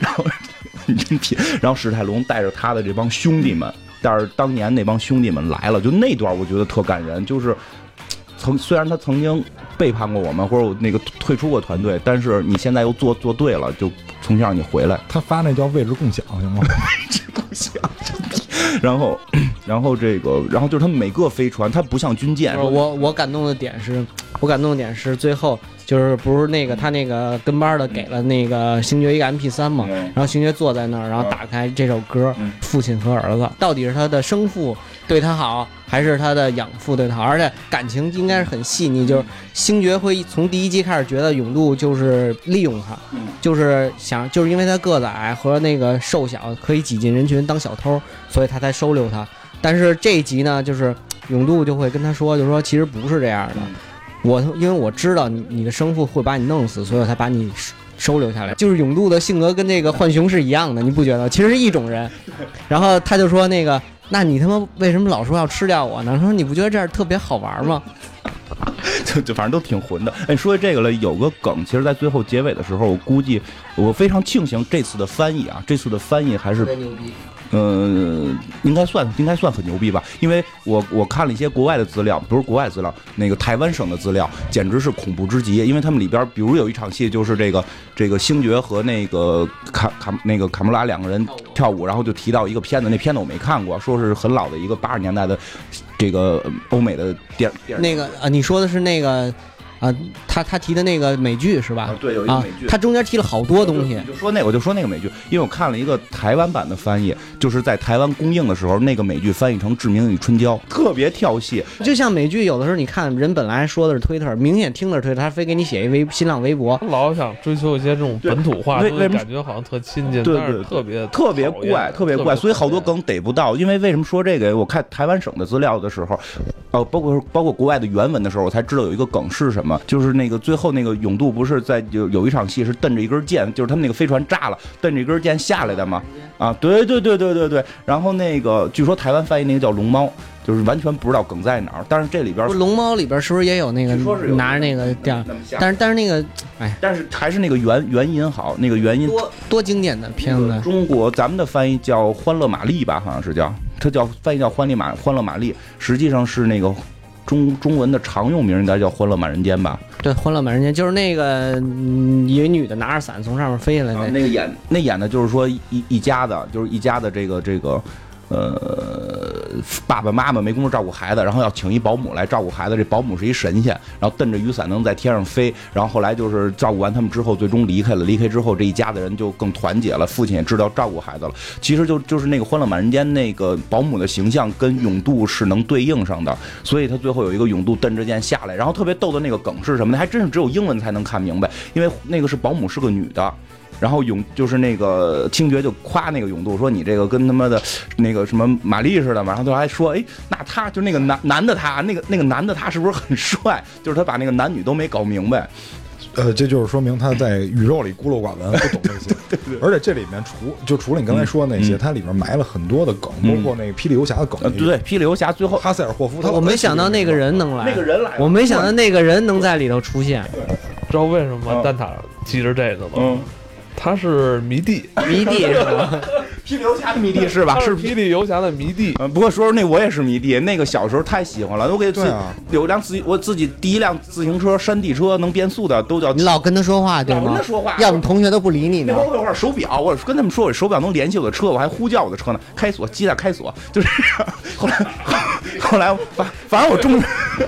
然后史泰龙带着他的这帮兄弟们，但是当年那帮兄弟们来了，就那段我觉得特感人，就是虽然他曾经背叛过我们，或者那个退出过团队，但是你现在又做对了，就重新让你回来。 他发那叫位置共享行吗？ 位置共享。然后就是他们每个飞船，它不像军舰。 我感动的点是最后就是不是那个他那个跟班的给了那个星爵一个 MP3 嘛，然后星爵坐在那儿，然后打开这首歌，父亲和儿子到底是他的生父对他好，还是他的养父对他好，而且感情应该是很细腻，就是星爵会从第一集开始觉得永渡就是利用他，就是因为他个子矮和那个瘦小可以挤进人群当小偷，所以他才收留他。但是这一集呢，就是永渡就会跟他说，就是说其实不是这样的，因为我知道你的生父会把你弄死，所以我才把你收留下来。就是永渡的性格跟那个浣熊是一样的，你不觉得？其实是一种人。然后他就说那你他妈为什么老说要吃掉我呢？说你不觉得这样特别好玩吗？ 就反正都挺混的。哎，说起这个了，有个梗，其实在最后结尾的时候，我估计我非常庆幸这次的翻译还是特别牛逼。应该算很牛逼吧，因为我看了一些国外的资料，不是国外资料，那个台湾省的资料，简直是恐怖之极。因为他们里边，比如有一场戏，就是这个星爵和那个卡穆拉两个人跳舞，然后就提到一个片子，那片子我没看过，说是很老的一个80年代的这个欧美的电影。 那个你说的是那个。他提的那个美剧是吧？ 对，有一个美剧， 他中间提了好多东西。 我就说那个美剧，因为我看了一个台湾版的翻译，就是在台湾公映的时候，那个美剧翻译成《志明与春娇》，特别跳戏。 就像美剧有的时候，你看人本来说的是推特，明显听的是推特，他非给你写一新浪微博， 老想追求一些这种本土化，感觉好像特亲近，但是特别怪，所以好多梗逮不到。因为为什么说这个？我看台湾省的资料的时候，包括国外的原文的时候，我才知道有一个梗是什么。就是那个最后那个永渡不是在有一场戏是瞪着一根箭，就是他们那个飞船炸了，瞪着一根箭下来的嘛。啊，对。然后那个据说台湾翻译那个叫龙猫，就是完全不知道梗在哪儿。但是这里边龙猫里边是不是也有那个拿着那个电？但是那个但是还是那个原音好，那个原音多经典的片子。 中国咱们的翻译叫欢乐玛丽吧，好像是叫它翻译叫欢乐玛丽，实际上是那个。中文的常用名应该叫《欢乐满人间》吧？ 对，《欢乐满人间》就是那个一个女的拿着伞从上面飞下来那个演的就是说一家的，就是一家的这个。爸爸妈妈没工夫照顾孩子，然后要请一保姆来照顾孩子。这保姆是一神仙，然后蹬着雨伞能在天上飞。然后后来就是照顾完他们之后，最终离开了。离开之后，这一家的人就更团结了。父亲也知道照顾孩子了。其实就是那个《欢乐满人间》那个保姆的形象跟永渡是能对应上的，所以他最后有一个永渡蹬着剑下来。然后特别逗的那个梗是什么呢？还真是只有英文才能看明白，因为那个是保姆是个女的。然后就是那个清爵就夸那个永渡说你这个跟他妈的那个什么玛丽似的嘛，然后他还说那他就那个男的他那个男的他是不是很帅？就是他把那个男女都没搞明白。 这就是说明他在宇宙里孤陋寡闻，不懂这些。对，而且这里面除了你刚才说的那些，它里面埋了很多的梗，包括那个霹雳游侠的梗。 对，霹雳游侠最后哈塞尔霍夫， 我没想到那个人能来， 那个人来， 我没想到那个人能在里头出现。 知道为什么蛋挞记着这个吗？他是迷弟是吧？ 霹雳游侠的迷弟是吧？ 是霹雳游侠的迷弟。 不过说那我也是迷弟，那个小时候太喜欢了。我给有辆我自己第一辆自行车山地车能变速的都叫。 你老跟他说话对吗？ 跟他说话， 要么同学都不理你呢。 那会儿有块手表，我跟他们说我手表能联系我的车，我还呼叫我的车呢，开锁，鸡蛋开锁，就是后来反正我终于。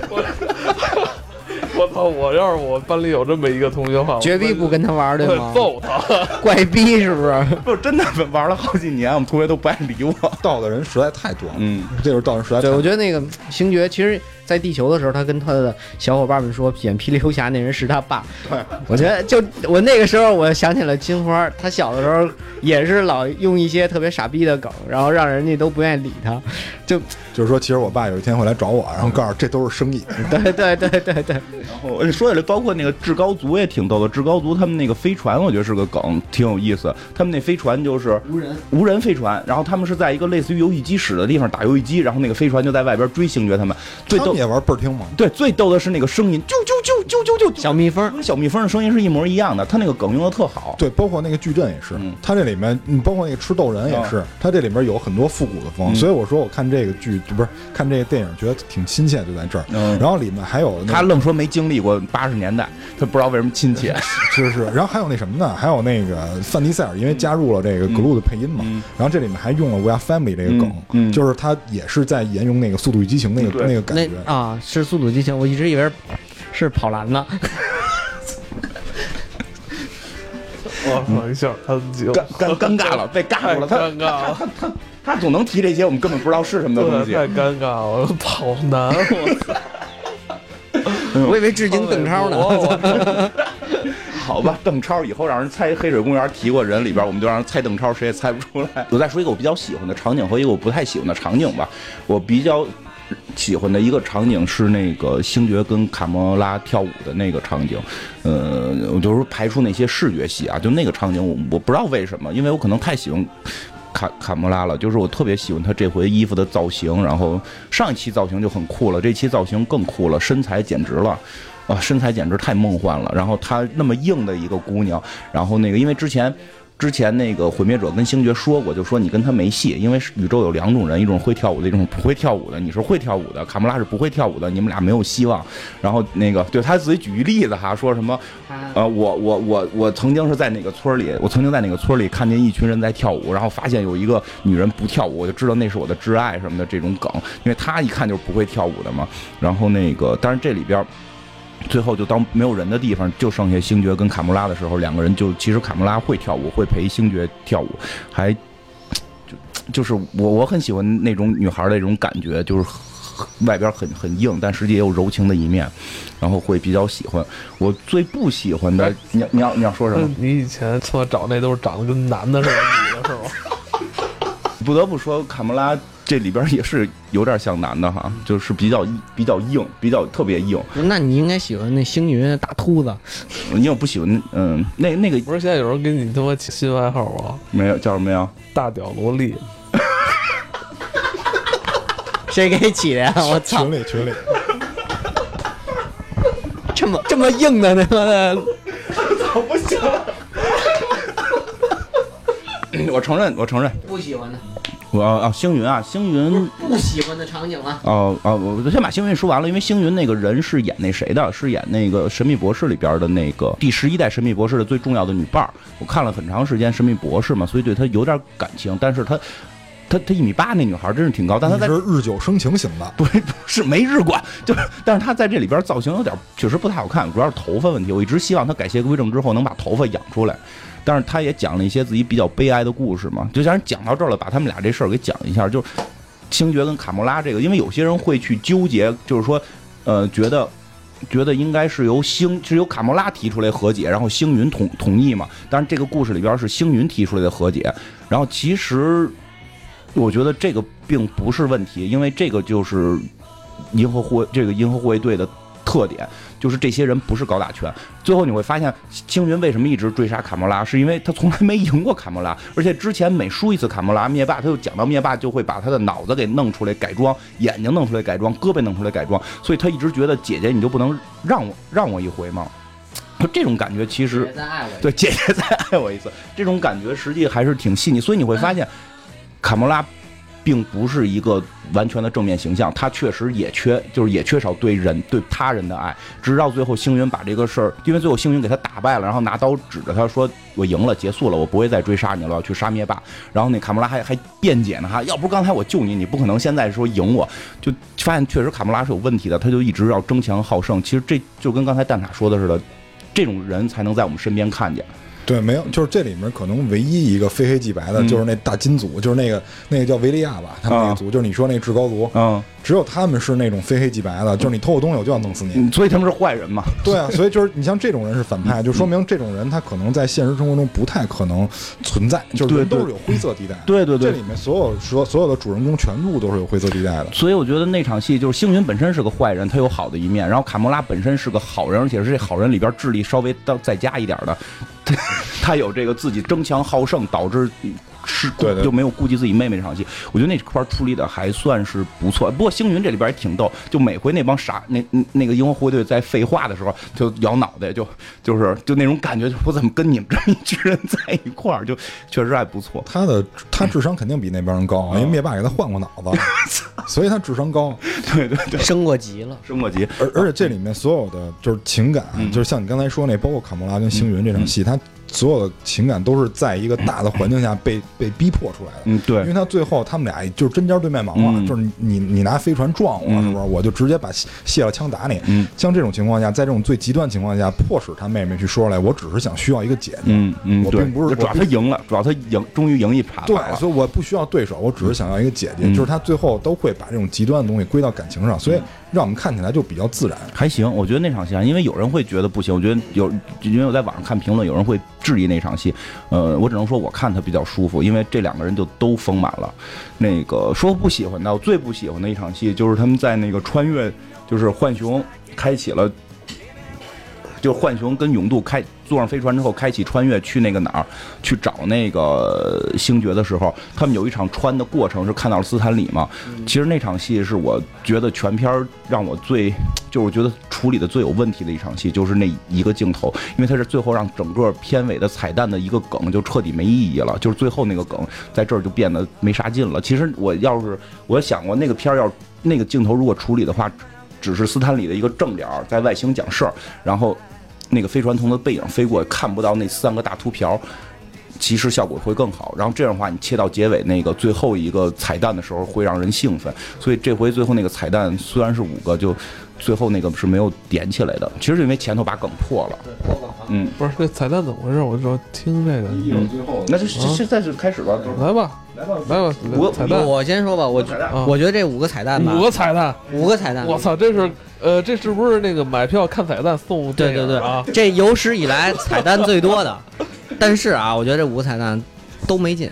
我操！我要是我班里有这么一个同学的话， 绝逼不跟他玩，对吗？ 揍他！ 怪逼是不是？ 不，真的玩了好几年，我们同学都不爱理我。 盗的人实在太多了，这就是盗人实在太多。 对，我觉得那个星爵其实。在地球的时候，他跟他的小伙伴们说，演霹雳游侠那人是他爸。我觉得我那个时候，我想起了金花，他小的时候也是老用一些特别傻逼的梗，然后让人家都不愿意理他。 就是说，其实我爸有一天会来找我，然后告诉这都是生意。 对。 然后说起来，包括那个至高族也挺逗的。至高族他们那个飞船，我觉得是个梗，挺有意思。他们那飞船就是无人飞船，然后他们是在一个类似于游戏机室的地方打游戏机，然后那个飞船就在外边追星爵他们。最逗。 也玩倍儿听吗？ 对，最逗的是那个声音，啾， 小蜜蜂， 跟小蜜蜂的声音是一模一样的。他那个梗用的特好。 对，包括那个矩阵也是，他这里面，包括那个吃豆人也是，他这里面有很多复古的风。所以我说我看这个剧，不是看这个电影，觉得挺亲切，就在这儿。然后里面还有他愣说没经历过80年代，他不知道为什么亲切。 是。然后还有那什么呢？还有那个范迪塞尔，因为加入了这个格鲁的配音嘛，然后这里面还用了 We Are Family 这个梗，就是他也是在沿用那个《速度与激情》那个感觉啊。是速度激情，我一直以为是跑男呢。 我一下，他尴尬了，被尬住了。 尴尬了， 他总能提这些我们根本不知道是什么的东西。 太尴尬了，跑男，我操！ 我以为致敬邓超呢。 好吧，邓超以后让人猜黑水公园提过人里边，我们就让人猜邓超，谁也猜不出来。我再说一个我比较喜欢的场景和一个我不太喜欢的场景吧。我比较喜欢的一个场景是那个星爵跟卡莫拉跳舞的那个场景，我就是排除那些视觉系啊，就那个场景我不知道为什么，因为我可能太喜欢卡莫拉了，就是我特别喜欢他这回衣服的造型，然后上一期造型就很酷了，这期造型更酷了，身材简直了。身材简直太梦幻了。然后她那么硬的一个姑娘，然后那个因为之前之前那个毁灭者跟星爵说过，就说你跟他没戏，因为宇宙有2种人，一种会跳舞的，一种不会跳舞的。你是会跳舞的，卡穆拉是不会跳舞的，你们俩没有希望。然后那个对他自己举一例子哈，说什么我曾经是在哪个村里，我曾经在哪个村里看见一群人在跳舞，然后发现有一个女人不跳舞，我就知道那是我的挚爱什么的这种梗，因为他一看就是不会跳舞的嘛。然后那个，但是这里边。最后就到没有人的地方，就剩下星爵跟卡穆拉的时候，两个人就其实卡穆拉会跳舞，会陪星爵跳舞，还就是我很喜欢那种女孩的那种感觉，就是外边很硬，但实际也有柔情的一面，然后会比较喜欢。我最不喜欢的，你要说什么？ 你以前错找那都是长得跟男的似的，女的是吗？ 不得不说，卡穆拉这里边也是有点像男的哈，就是比较硬，比较特别硬。 那你应该喜欢那星云大秃子。 因为我不喜欢，那个不是现在有人给你他妈起新外号吗？ 没有，叫什么呀？ 大屌萝莉。 谁给起的呀？我操！ 群里， 这么硬的那个， 我不行了。我承认不喜欢的。 星云不喜欢的场景啊。 我先把星云说完了，因为星云那个人是演那谁的，是演那个神秘博士里边的那个第11代神秘博士的最重要的女伴。我看了很长时间神秘博士嘛，所以对他有点感情，但是他1.8米那女孩真是挺高，但她在是日久生情型的， 不是没日管，但是她在这里边造型有点确实不太好看，主要是头发问题。我一直希望她改邪归正之后能把头发养出来，但是她也讲了一些自己比较悲哀的故事嘛。就像讲到这儿了，把他们俩这事儿给讲一下，就是星爵跟卡穆拉这个，因为有些人会去纠结，就是说觉得应该是由卡穆拉提出来和解，然后星云同意嘛。当然这个故事里边是星云提出来的和解，然后其实。我觉得这个并不是问题，因为这个就是银河护卫队的特点，就是这些人不是高大全。最后你会发现，星云为什么一直追杀卡穆拉，是因为他从来没赢过卡穆拉，而且之前每输一次卡穆拉，灭霸他就讲到灭霸就会把他的脑子给弄出来改装，眼睛弄出来改装，胳膊弄出来改装，所以他一直觉得姐姐你就不能让我一回吗？这种感觉其实对姐姐再爱我一次，这种感觉实际还是挺细腻，所以你会发现。卡穆拉并不是一个完全的正面形象，他确实也缺少对他人的爱，直到最后星云把这个事儿，因为最后星云给他打败了，然后拿刀指着他说我赢了，结束了，我不会再追杀你了，我要去杀灭霸。然后那卡穆拉还辩解呢哈，要不是刚才我救你，你不可能现在说赢我，就发现确实卡穆拉是有问题的，他就一直要争强好胜。其实这就跟刚才蛋塔说的似的，这种人才能在我们身边看见。 对，没有，就是这里面可能唯一一个非黑即白的，就是那大金族，就是那个叫维利亚吧，他们那个族，就是你说那个至高族，只有他们是那种非黑即白的，就是你偷我东西我就要弄死你， 所以他们是坏人嘛。 对啊，所以就是你像这种人是反派，就说明这种人他可能在现实生活中不太可能存在，就是人都是有灰色地带。 对，这里面所有的主人公全部都是有灰色地带的。 所以我觉得那场戏就是星云本身是个坏人，他有好的一面，然后卡穆拉本身是个好人，而且是这好人里边智力稍微再加一点的。他有这个自己争强好胜，导致就没有顾及自己妹妹这场戏，我觉得那块处理的还算是不错。不过星云这里边也挺逗，就每回那帮傻那个银河护卫队在废话的时候，就摇脑袋，就那种感觉，我怎么跟你们这么一群人在一块儿，就确实还不错。 他智商肯定比那帮人高，因为灭霸给他换过脑子，所以他智商高。 对， 升过级了， 而且这里面所有的就是情感，就是像你刚才说那，包括卡穆拉跟星云这场戏，他所有的情感都是在一个大的环境下被逼迫出来的。 对， 因为他最后他们俩就是针尖对麦芒嘛，就是你拿飞船撞我，是不是？我就直接把卸了枪打你。像这种情况下，在这种最极端情况下，迫使他妹妹去说出来，我只是需要一个姐姐。我并不是， 主要他赢了，终于赢一盘。 对，所以我不需要对手，我只是想要一个姐姐。就是他最后都会把这种极端的东西归到感情上，所以让我们看起来就比较自然。 还行，我觉得那场戏，因为有人会觉得不行，我觉得因为我在网上看评论，有人会质疑那场戏。我只能说我看他比较舒服，因为这两个人就都丰满了。那个说不喜欢的，我最不喜欢的一场戏就是他们在那个穿越，就是浣熊开启了就浣熊跟勇度坐上飞船之后开启穿越去那个哪儿去找那个星爵的时候，他们有一场穿的过程是看到了斯坦李嘛。其实那场戏是我觉得全片让我就是我觉得处理的最有问题的一场戏，就是那一个镜头，因为它是最后让整个片尾的彩蛋的一个梗就彻底没意义了，就是最后那个梗在这儿就变得没啥劲了。其实我想过那个片要那个镜头如果处理的话，只是斯坦李的一个正脸在外星讲事儿，然后那个飞船从他背影飞过，看不到那3个大秃瓢，其实效果会更好。然后这样的话，你切到结尾那个最后一个彩蛋的时候，会让人兴奋。所以这回最后那个彩蛋虽然是5个，就最后那个是没有点起来的。其实是因为前头把梗破了。 不是这彩蛋怎么回事？我说听这个， 那就现在是开始吧， 来吧，彩蛋。 我先说吧，我觉得这5个彩蛋吧，5个彩蛋， 我操，这是不是那个买票看彩蛋送？ 对啊，这有史以来彩蛋最多的。但是啊，我觉得这5个彩蛋都没劲。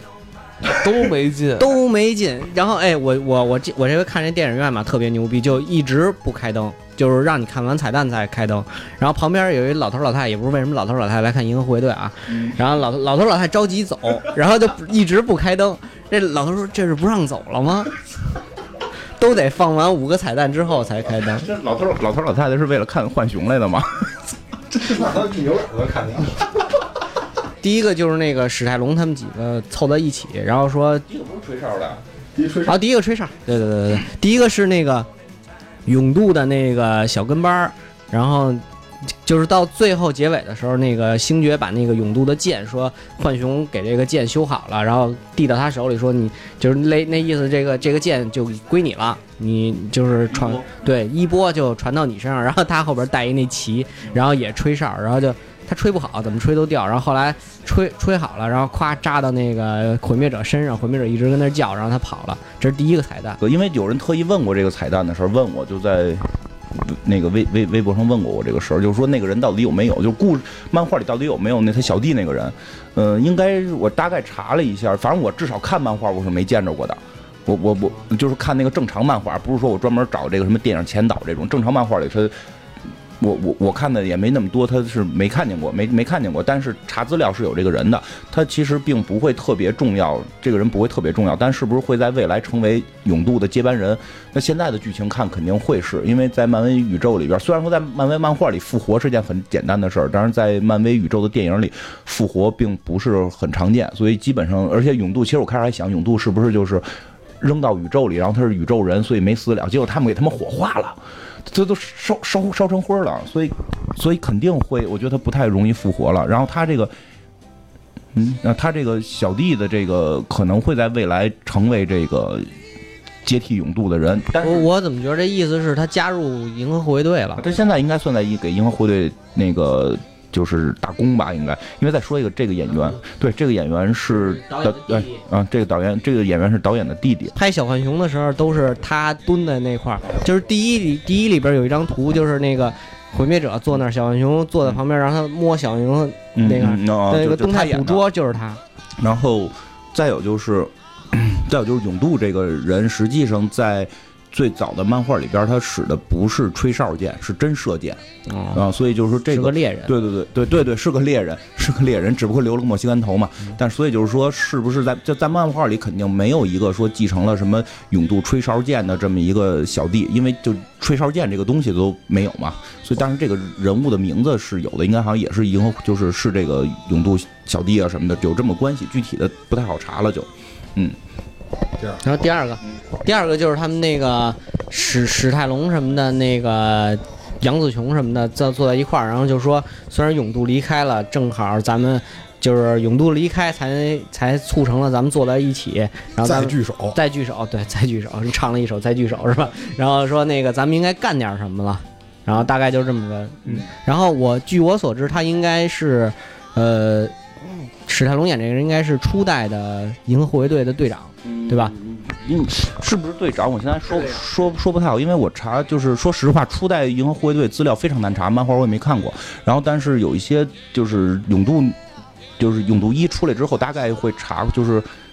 然后我这回看这电影院嘛，特别牛逼，就一直不开灯，就是让你看完彩蛋才开灯。然后旁边有一老头老太太，也不是为什么老头老太太来看《银河护卫队》啊，然后老头老太太着急走，然后就一直不开灯。这老头说：“这是不让走了吗？”都得放完5个彩蛋之后才开灯。 这老头老太太是为了看浣熊来的吗？ 这是哪到地牛耳朵看的？ 第一个就是那个史泰龙他们几个凑在一起，然后说第一个不是吹哨的， 第一个吹哨，对，第一个是那个勇度的那个小跟班，然后就是到最后结尾的时候，那个星爵把那个勇度的剑说浣熊给这个剑修好了，然后递到他手里说你就是那意思，这个剑就归你了，你就是衣钵就传到你身上，然后他后边带一那旗，然后也吹哨，然后就。他吹不好，怎么吹都掉。然后后来吹好了，然后咵扎到那个毁灭者身上，毁灭者一直跟那叫，然后他跑了。这是第一个彩蛋。 因为有人特意问过这个彩蛋的事儿，问我就在那个微博上问过我这个事儿，就是说那个人到底有没有，就是漫画里到底有没有他小弟那个人？应该我大概查了一下，反正我至少看漫画我是没见着过的。我就是看那个正常漫画，不是说我专门找这个什么电影前导这种正常漫画里他。我看的也没那么多，他是没看见过，没看见过，但是查资料是有这个人的，他其实并不会特别重要，这个人不会特别重要，但是不是会在未来成为勇度的接班人？那现在的剧情看肯定会是，因为在漫威宇宙里边，虽然说在漫威漫画里复活是件很简单的事儿，但是在漫威宇宙的电影里复活并不是很常见，所以基本上，而且勇度，其实我开始还想勇度是不是就是扔到宇宙里，然后他是宇宙人，所以没死了，结果他们给他们火化了。这都烧成灰了，所以肯定会，我觉得他不太容易复活了。然后他这个，他这个小弟的这个可能会在未来成为这个接替勇度的人。但是我怎么觉得这意思是他加入银河护卫队了？ 他现在应该算在给银河护卫队那个就是打工吧，应该。因为再说一个，这个演员，对，这个演员是这个演员是导演的弟弟。 拍小浣熊的时候都是他蹲在那块儿，就是第一里边有一张图，就是那个毁灭者坐那儿，小浣熊坐在旁边，让他摸小浣熊那个动态捕捉，就是他。 然后再有就是勇度这个人，实际上在最早的漫画里边，他使的不是吹哨剑，是真射箭所以就是说这个是个猎人， 对，是个猎人，只不过留了个墨西哥头嘛。但所以就是说，是不是在漫画里肯定没有一个说继承了什么勇度吹哨剑的这么一个小弟，因为就吹哨剑这个东西都没有嘛。所以当时这个人物的名字是有的，应该好像也是是这个勇度小弟啊什么的，有这么关系，具体的不太好查了就， 然后第二个就是他们那个史泰龙什么的，那个杨紫琼什么的坐在一块儿，然后就说虽然勇度离开了，正好咱们就是勇度离开才促成了咱们坐在一起，然后咱们再聚首，对，再聚首，唱了一首再聚首是吧？然后说那个咱们应该干点什么了，然后大概就这么个，然后据我所知，他应该是史泰龙演这个人应该是初代的银河护卫队的队长，对吧？ 是不是队长？我现在说不太好，因为我查就是说实话，初代银河护卫队资料非常难查，漫画我也没看过。然后但是有一些就是勇度一出来之后，大概会查就是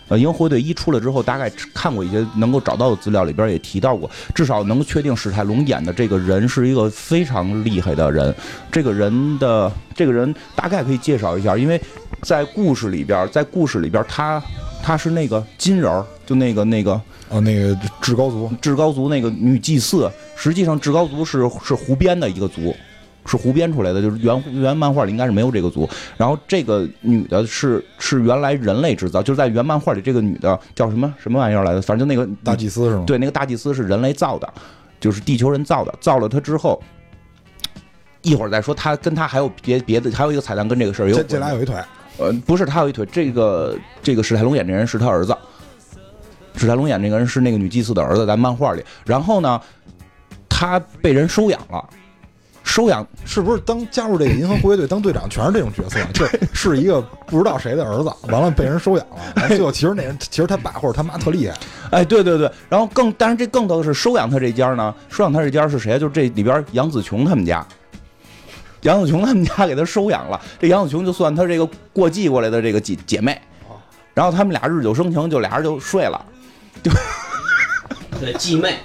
银河护卫队1出来之后，大概看过一些能够找到的资料，里边也提到过，至少能确定史泰龙演的这个人是一个非常厉害的人。这个人大概可以介绍一下，因为在故事里边他是那个金人，就那个那个至高族那个女祭祀，实际上至高族是胡编的一个族。是胡编出来的，就是原漫画里应该是没有这个族。然后这个女的是原来人类制造，就是在原漫画里这个女的叫什么玩意儿来的，反正就那个大祭司是吗？ 对，那个大祭司是人类造的，就是地球人造的。造了她之后，一会儿再说。她跟她还有别的，还有一个彩蛋跟这个事儿有。 这俩有一腿。 不是，她有一腿。这个史泰龙演这人是他儿子。史泰龙演这个人是那个女祭司的儿子，在漫画里。然后呢，他被人收养了。收养是不是加入这个银河护卫队当队长全是这种角色？就是一个不知道谁的儿子，完了被人收养了，然后最后其实他爸或者他妈特厉害。 哎，对，然后但是这更逗的是收养他这家呢，收养他这家是谁？就是这里边杨紫琼他们家。杨紫琼他们家给他收养了，这杨紫琼就算他这个过继过来的这个姐妹，然后他们俩日久生情，就俩人就睡了，就。 对，继妹，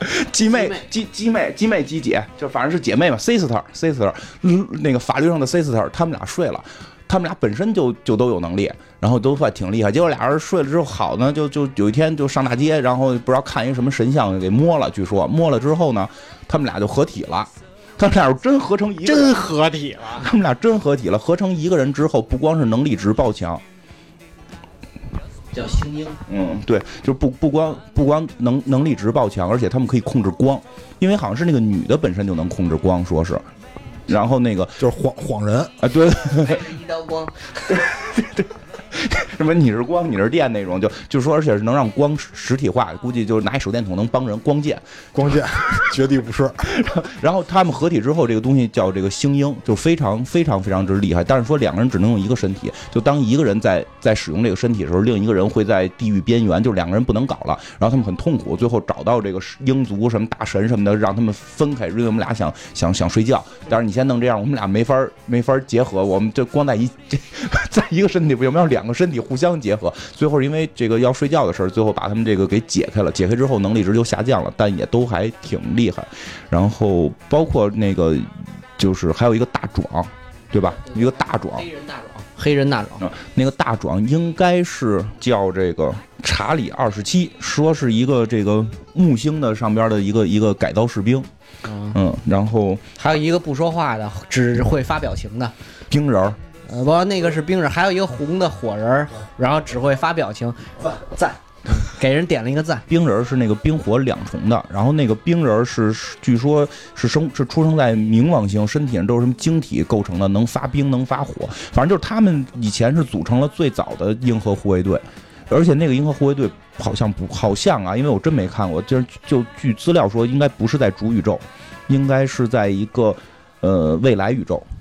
就反正是姐妹嘛 ，sister， 那个法律上的 sister， 他们俩睡了，他们俩本身就都有能力，然后都算挺厉害。结果俩人睡了之后，好呢，就有一天就上大街，然后不知道看一个什么神像给摸了，据说摸了之后呢，他们俩就合体了。他们俩真合成一个， 真合体了。 他们俩真合体了，合成一个人之后，不光是能力值爆强。 叫星鹰， 对，就不光能力值爆强，而且他们可以控制光，因为好像是那个女的本身就能控制光，说是，然后那个就是晃人啊，对， 一道光， 对。什么你是光你是电那种，就说而且是能让光实体化，估计就是拿一手电筒能帮人光剑绝地不是。 然后他们合体之后，这个东西叫这个星鹰，就非常之厉害。但是说两个人只能用一个身体，就当一个人在使用这个身体的时候，另一个人会在地狱边缘，就两个人不能搞了。然后他们很痛苦，最后找到这个鹰族什么大神什么的，让他们分开，因为我们俩想睡觉，但是你先弄这样，我们俩没法结合，我们就光在一个身体，我们要两个身体互相结合。最后因为这个要睡觉的事儿，最后把他们这个给解开了，解开之后能力值就下降了，但也都还挺厉害。然后包括那个就是还有一个大壮，对吧？一个大壮， 黑人大壮， 那个大壮应该是叫这个查理27，说是一个这个木星的上边的一个改造士兵。然后还有一个不说话的，只会发表情的冰人。 不，那个是冰人，还有一个红的火人，然后只会发表情，赞，给人点了一个赞。 冰人是那个冰火两重的，然后那个冰人据说是出生在冥王星，身体上都是什么晶体构成的，能发冰能发火，反正就是他们以前是组成了最早的银河护卫队，而且那个银河护卫队好像啊，因为我真没看过，就据资料说应该不是在主宇宙，应该是在一个未来宇宙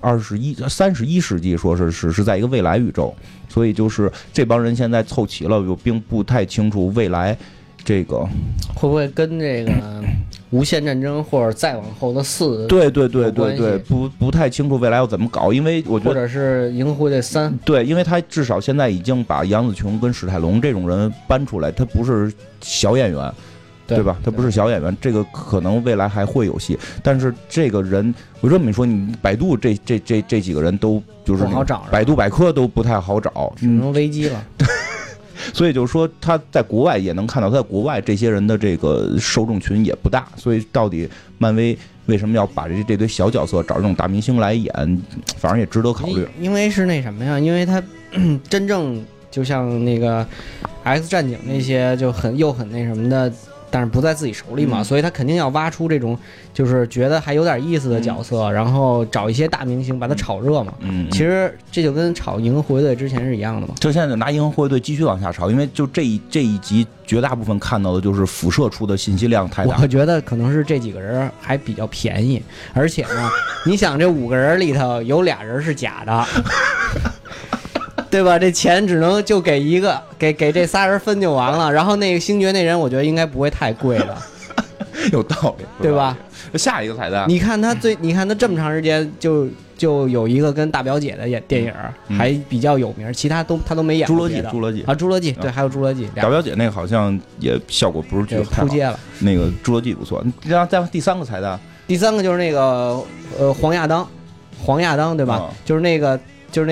，31世纪说是在一个未来宇宙，所以就是这帮人现在凑齐了，我并不太清楚未来这个会不会跟这个无限战争或者再往后的4， 对，不太清楚未来要怎么搞，因为我觉得或者是银河护卫队3， 对，因为他至少现在已经把杨紫琼跟史泰龙这种人搬出来，他不是小演员。对吧？他不是小演员，这个可能未来还会有戏。但是这个人，我这么说，你百度这几个人都就是不好找， 百度百科都不太好找， 只能危机了。 所以就是说，他在国外也能看到，他在国外这些人的这个受众群也不大。所以到底漫威为什么要把这堆小角色找这种大明星来演，反正也值得考虑。 因为是那什么呀？因为他真正就像那个 X 战警那些就很那什么的。但是不在自己手里嘛，所以他肯定要挖出这种就是觉得还有点意思的角色，然后找一些大明星把它炒热嘛。其实这就跟炒银河护卫队之前是一样的嘛。 就现在就拿银河护卫队继续往下炒，因为就这一集绝大部分看到的就是辐射出的信息量太大。 我觉得可能是这几个人还比较便宜，而且呢，你想这5个人里头有2人是假的。对吧？这钱只能就给一个，给这仨人分就完了。然后那个星爵那人，我觉得应该不会太贵的， 有道理， 对吧？ 下一个彩蛋， 你看他这么长时间就就有一个跟大表姐的电影还比较有名，其他他都没演过。侏罗纪对，还有侏罗纪。 大表姐那个好像也效果不是巨好， 扑街了。 那个侏罗纪不错。然后再第3个彩蛋， 第3个就是那个黄亚当对吧？就是那个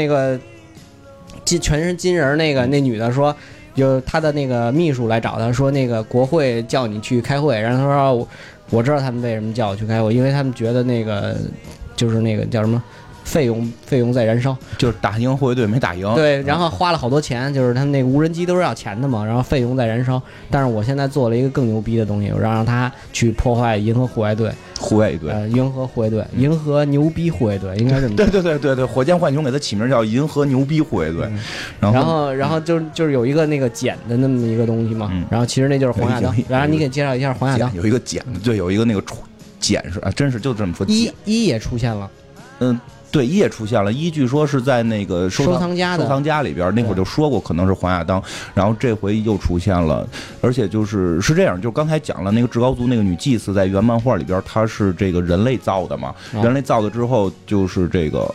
全身金人那女的说。就他的那个秘书来找他说，那个国会叫你去开会，然后他说我知道他们为什么叫我去开会，因为他们觉得那个就是那个叫什么费用在燃烧， 就是打赢护卫队没打赢， 对，然后花了好多钱，就是他们那个无人机都是要钱的嘛，然后费用在燃烧，但是我现在做了一个更牛逼的东西，我让他去破坏银河护卫队，银河护卫队，银河牛逼护卫队应该这么对，火箭浣熊给他起名叫银河牛逼护卫队， 然后就是有一个那个茧的那么一个东西嘛，然后其实那就是黄亚当，然后你给介绍一下黄亚当， 有一个茧，对，有一个那个茧是啊，真是就这么说， 一也出现了， 对，一也出现了，一据说是在那个收藏家里边，那会儿就说过可能是黄亚当，然后这回又出现了，而且是这样，就刚才讲了那个至高族那个女祭司在原漫画里边，她是这个人类造的嘛，人类造的之后就是这个，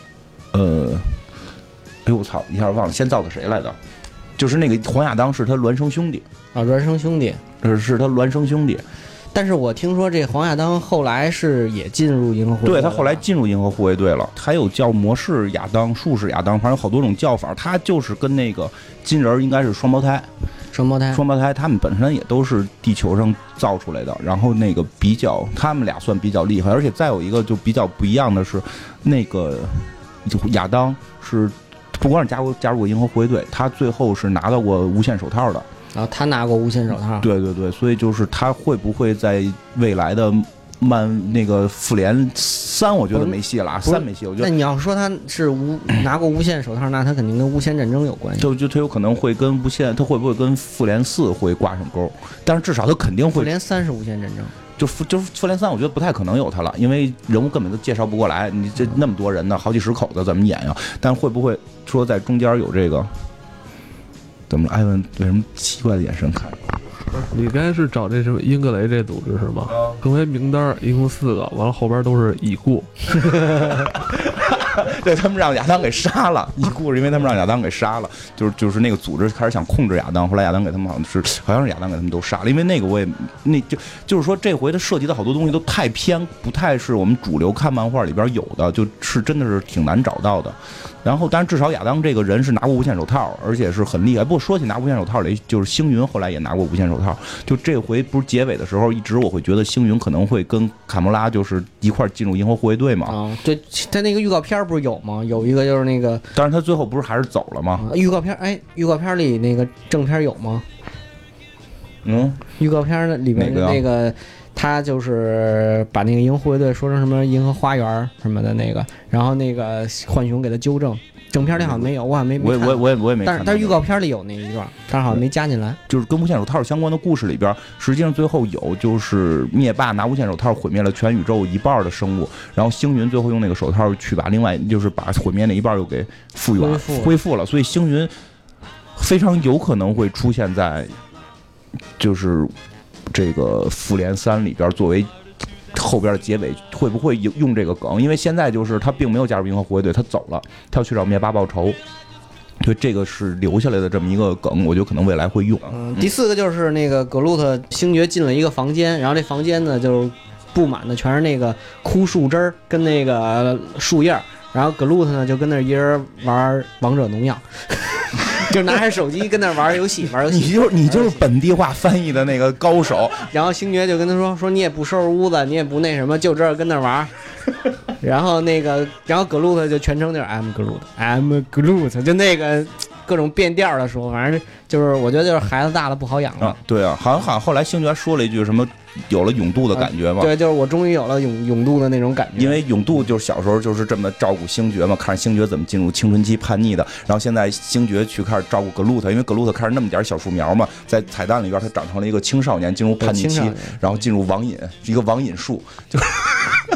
哎呦我操，一下忘了先造的谁来的，就是那个黄亚当是他孪生兄弟啊，孪生兄弟是他孪生兄弟。 但是我听说这黄亚当后来是也进入银河护卫队， 对，他后来进入银河护卫队了，还有叫魔式亚当、术士亚当，反正有好多种叫法。他就是跟那个金人应该是双胞胎，他们本身也都是地球上造出来的。然后那个他们俩算比较厉害，而且再有一个就比较不一样的是，那个亚当是不光是加入过银河护卫队，他最后是拿到过无限手套的。 然后他拿过无限手套， 对，所以就是他会不会在未来的那个复联3，我觉得没戏了，3没戏。我觉得那你要说他是拿过无限手套，那他肯定跟无限战争有关系。 就他有可能会跟他会不会跟复联4会挂上钩？但是至少他肯定会。 复联3是无限战争， 就是复联3，我觉得不太可能有他了，因为人物根本都介绍不过来，你这那么多人呢，好几十口子怎么演呀？但会不会说在中间有这个？怎么了？艾文为什么奇怪的眼神看着我？ 你刚才是找这什么英格雷这组织是吗？更为名单一共4个，完了后边都是已故。 对，他们让亚当给杀了，已故是因为他们让亚当给杀了，就是那个组织开始想控制亚当，后来亚当给他们好像是亚当给他们都杀了，因为那个就是说这回他涉及的好多东西都太偏，不太是我们主流看漫画里边有的，就是真的是挺难找到的。然后，但是至少亚当这个人是拿过无限手套，而且是很厉害。不过说起拿无限手套来，就是星云后来也拿过无限手套。就这回不是结尾的时候，一直我会觉得星云可能会跟卡莫拉就是一块进入银河护卫队嘛。 啊，对，他那个预告片不是有吗？有一个就是那个， 但是他最后不是还是走了吗？ 预告片里那个正片有吗？预告片里面的那个。他就是把那个银河护卫队说成什么银河花园什么的那个，然后那个浣熊给他纠正，正片里好像没有，我好像没看， 我也没看， 但是预告片里有那一段，但是好像没加进来。 就是跟无限手套相关的故事里边，实际上最后有就是灭霸拿无限手套毁灭了全宇宙一半的生物，然后星云最后用那个手套去把另外就是把毁灭那一半又给恢复了，所以星云非常有可能会出现在就是这个复联3里边作为后边的结尾，会不会用这个梗？因为现在就是他并没有加入银河护卫队，他走了，他要去找灭霸报仇，所以这个是留下来的这么一个梗，我觉得可能未来会用。 第4个就是那个格鲁特星爵进了一个房间，然后这房间呢就是布满的全是那个枯树枝儿跟那个树叶，然后格鲁特呢就跟那一人玩王者农药。就拿着手机跟那玩游戏， 你就是本地化翻译的那个高手。 然后星爵就跟他说你也不收拾屋子，你也不那什么，就这跟那玩。然后格鲁特就全程就是 I'm Groot， 就那个各种变调的说，反正就是我觉得就是孩子大了不好养了。 对啊，好像后来星爵说了一句什么。有了永渡的感觉嘛？ 对，就是我终于有了永渡的那种感觉。 因为永渡就是小时候就是这么照顾星爵嘛，看着星爵怎么进入青春期叛逆的，然后现在星爵去开始照顾格鲁特，因为格鲁特开始那么点小树苗嘛，在彩蛋里边他长成了一个青少年，进入叛逆期，然后进入网瘾，一个网瘾术，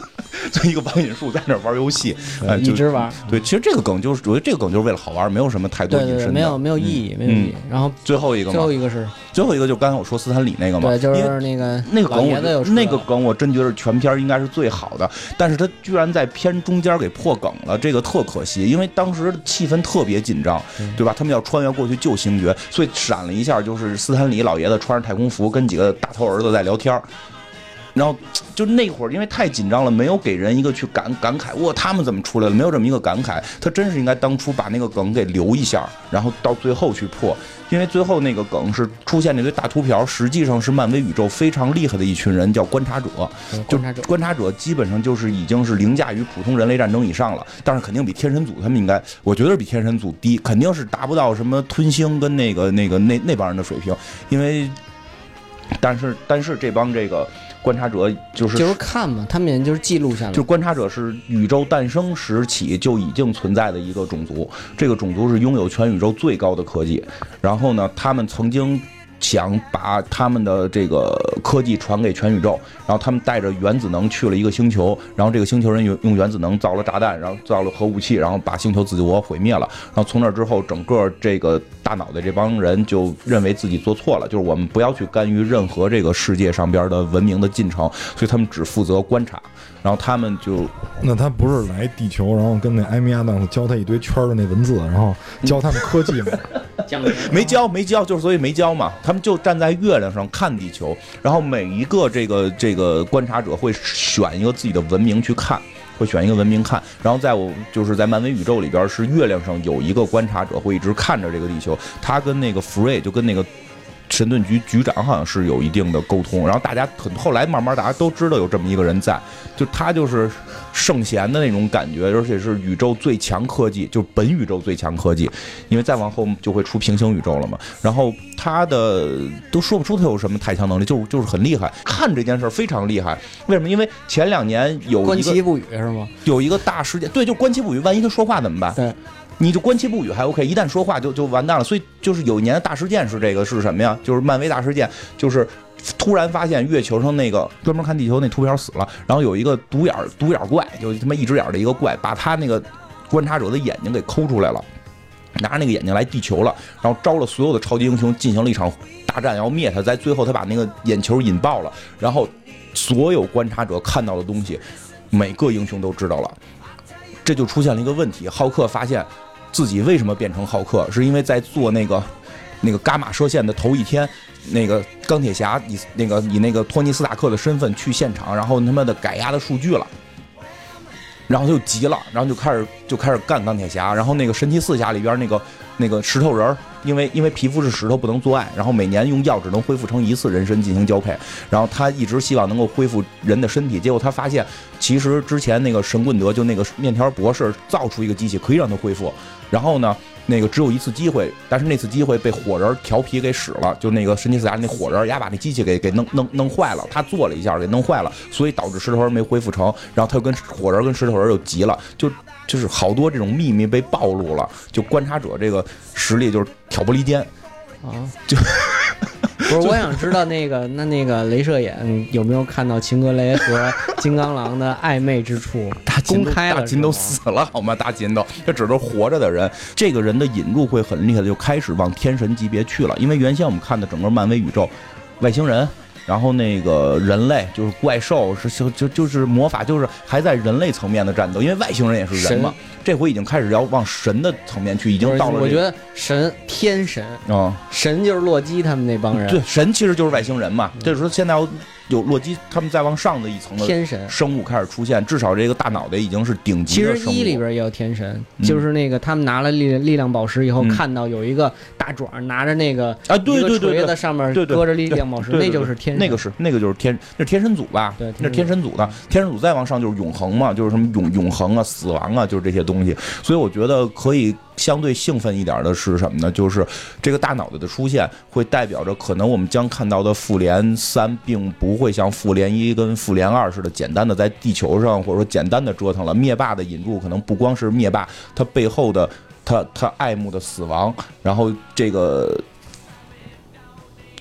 一个王引树在那玩游戏， 一直玩。 对，其实这个梗就是，我觉得这个梗就是为了好玩，没有什么太多隐身的， 没有意义，没有意义。然后最后一个就刚才我说斯坦李那个嘛， 对，就是那个梗，那个梗我真觉得全片应该是最好的，但是他居然在片中间给破梗了，这个特可惜，因为当时气氛特别紧张，对吧？他们要穿越过去救星爵，所以闪了一下，就是斯坦李老爷子穿着太空服跟几个大头儿子在聊天。然后就那会儿，因为太紧张了，没有给人一个去感慨，哇，他们怎么出来了？没有这么一个感慨。他真是应该当初把那个梗给留一下，然后到最后去破。因为最后那个梗是出现那堆大秃瓢，实际上是漫威宇宙非常厉害的一群人，叫观察者。观察者基本上就是已经是凌驾于普通人类战争以上了，但是肯定比天神组他们应该，我觉得是比天神组低，肯定是达不到什么吞星跟那帮人的水平。因为，但是这帮这个。观察者就是看嘛，他们也就是记录下来。 就观察者是宇宙诞生时起就已经存在的一个种族，这个种族是拥有全宇宙最高的科技。然后呢，他们曾经想把他们的这个科技传给全宇宙，然后他们带着原子能去了一个星球，然后这个星球人用原子能造了炸弹，然后造了核武器，然后把星球自我毁灭了。然后从那之后，整个这个大脑袋这帮人就认为自己做错了，就是我们不要去干预任何这个世界上边的文明的进程，所以他们只负责观察。然后他们就， 那他不是来地球，然后跟那艾米亚当教他一堆圈的那文字，然后教他们科技吗？ 没教，就是所以没教嘛。他们就站在月亮上看地球，然后每一个这个观察者会选一个自己的文明去看。会选一个文明看，然后在漫威宇宙里边，是月亮上有一个观察者会一直看着这个地球，他跟那个福瑞就跟那个神盾局局长好像是有一定的沟通，然后大家后来慢慢大家都知道有这么一个人在，就他就是圣贤的那种感觉，而且是宇宙最强科技，就是本宇宙最强科技，因为再往后就会出平行宇宙了嘛。然后他的都说不出他有什么太强能力，就是很厉害，看这件事非常厉害。为什么？因为前2年有一个观其不语是吗？ 有一个大事件，对，就观其不语，万一他说话怎么办？ 对。 你就观其不语还 OK， 一旦说话就完蛋了。所以就是有一年的大事件是什么呀？就是漫威大事件，就是突然发现月球上那个专门看地球那秃瓢死了，然后有一个独眼怪，就他妈一只眼的一个怪，把他那个观察者的眼睛给抠出来了，拿着那个眼睛来地球了，然后招了所有的超级英雄进行了一场大战，然后灭他。在最后他把那个眼球引爆了，然后所有观察者看到的东西，每个英雄都知道了。这就出现了一个问题，浩克发现自己为什么变成浩克，是因为在做那个伽马射线的头一天，那个钢铁侠以那个托尼斯塔克的身份去现场，然后他妈的改压的数据了，然后他就急了，然后就开始干钢铁侠。然后那个神奇四侠里边那个石头人，因为皮肤是石头不能做爱，然后每年用药只能恢复成1次人参进行交配，然后他一直希望能够恢复人的身体，结果他发现其实之前那个神棍德就那个面条博士造出一个机器可以让他恢复，然后呢那个只有1次机会，但是那次机会被火人调皮给使了，就那个神奇四侠那火人把那机器给弄坏了，他做了一下给弄坏了，所以导致石头人没恢复成，然后他就跟火人跟石头人又急了，就是好多这种秘密被暴露了，就观察者这个实力就是挑拨离间啊，就不是我想知道那个镭射眼有没有看到秦格雷和金刚狼的暧昧之处？公开了， 大金都死了好吗？大金都，这只是活着的人。这个人的引入会很厉害的，就开始往天神级别去了。因为原先我们看的整个漫威宇宙，外星人，然后那个人类就是怪兽，就是魔法，就是还在人类层面的战斗。因为外星人也是人嘛，这回已经开始要往神的层面去，已经到了、 我觉得天神神就是洛基他们那帮人， 对，神其实就是外星人嘛。就是说现在有洛基他们再往上的一层的天神生物开始出现，至少这个大脑袋已经是顶级的生物。 其实1里边也有天神，就是那个他们拿了力量宝石以后，看到有一个大爪拿着那个对锤子上面搁着力量宝石，那就是天神。 那个就是那是天神组吧？ 对， 那是天神组的。天神组再往上就是永恒嘛，就是什么永恒啊、死亡啊，就是这些东西。所以我觉得可以相对兴奋一点的是什么呢？就是这个大脑袋的出现，会代表着可能我们将看到的复联3并不会像复联1跟复联2似的简单的在地球上或者说简单的折腾了。灭霸的引入可能不光是灭霸他背后的他爱慕的死亡，然后这个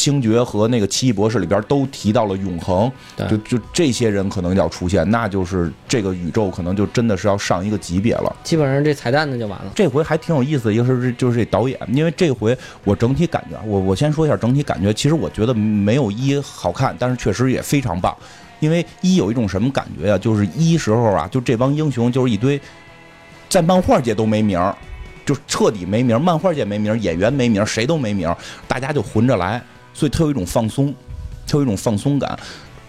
星爵和那个奇异博士里边都提到了永恒，就这些人可能要出现，那就是这个宇宙可能就真的是要上一个级别了。 基本上这彩蛋的就完了。 这回还挺有意思的一个是就是这导演，因为这回我整体感觉，我先说一下整体感觉，其实我觉得没有一好看，但是确实也非常棒。因为一有一种什么感觉啊，就是一时候啊，就这帮英雄就是一堆在漫画界都没名儿，就彻底没名，漫画界没名，演员没名，谁都没名，大家就混着来，所以它有一种放松，它有一种放松感。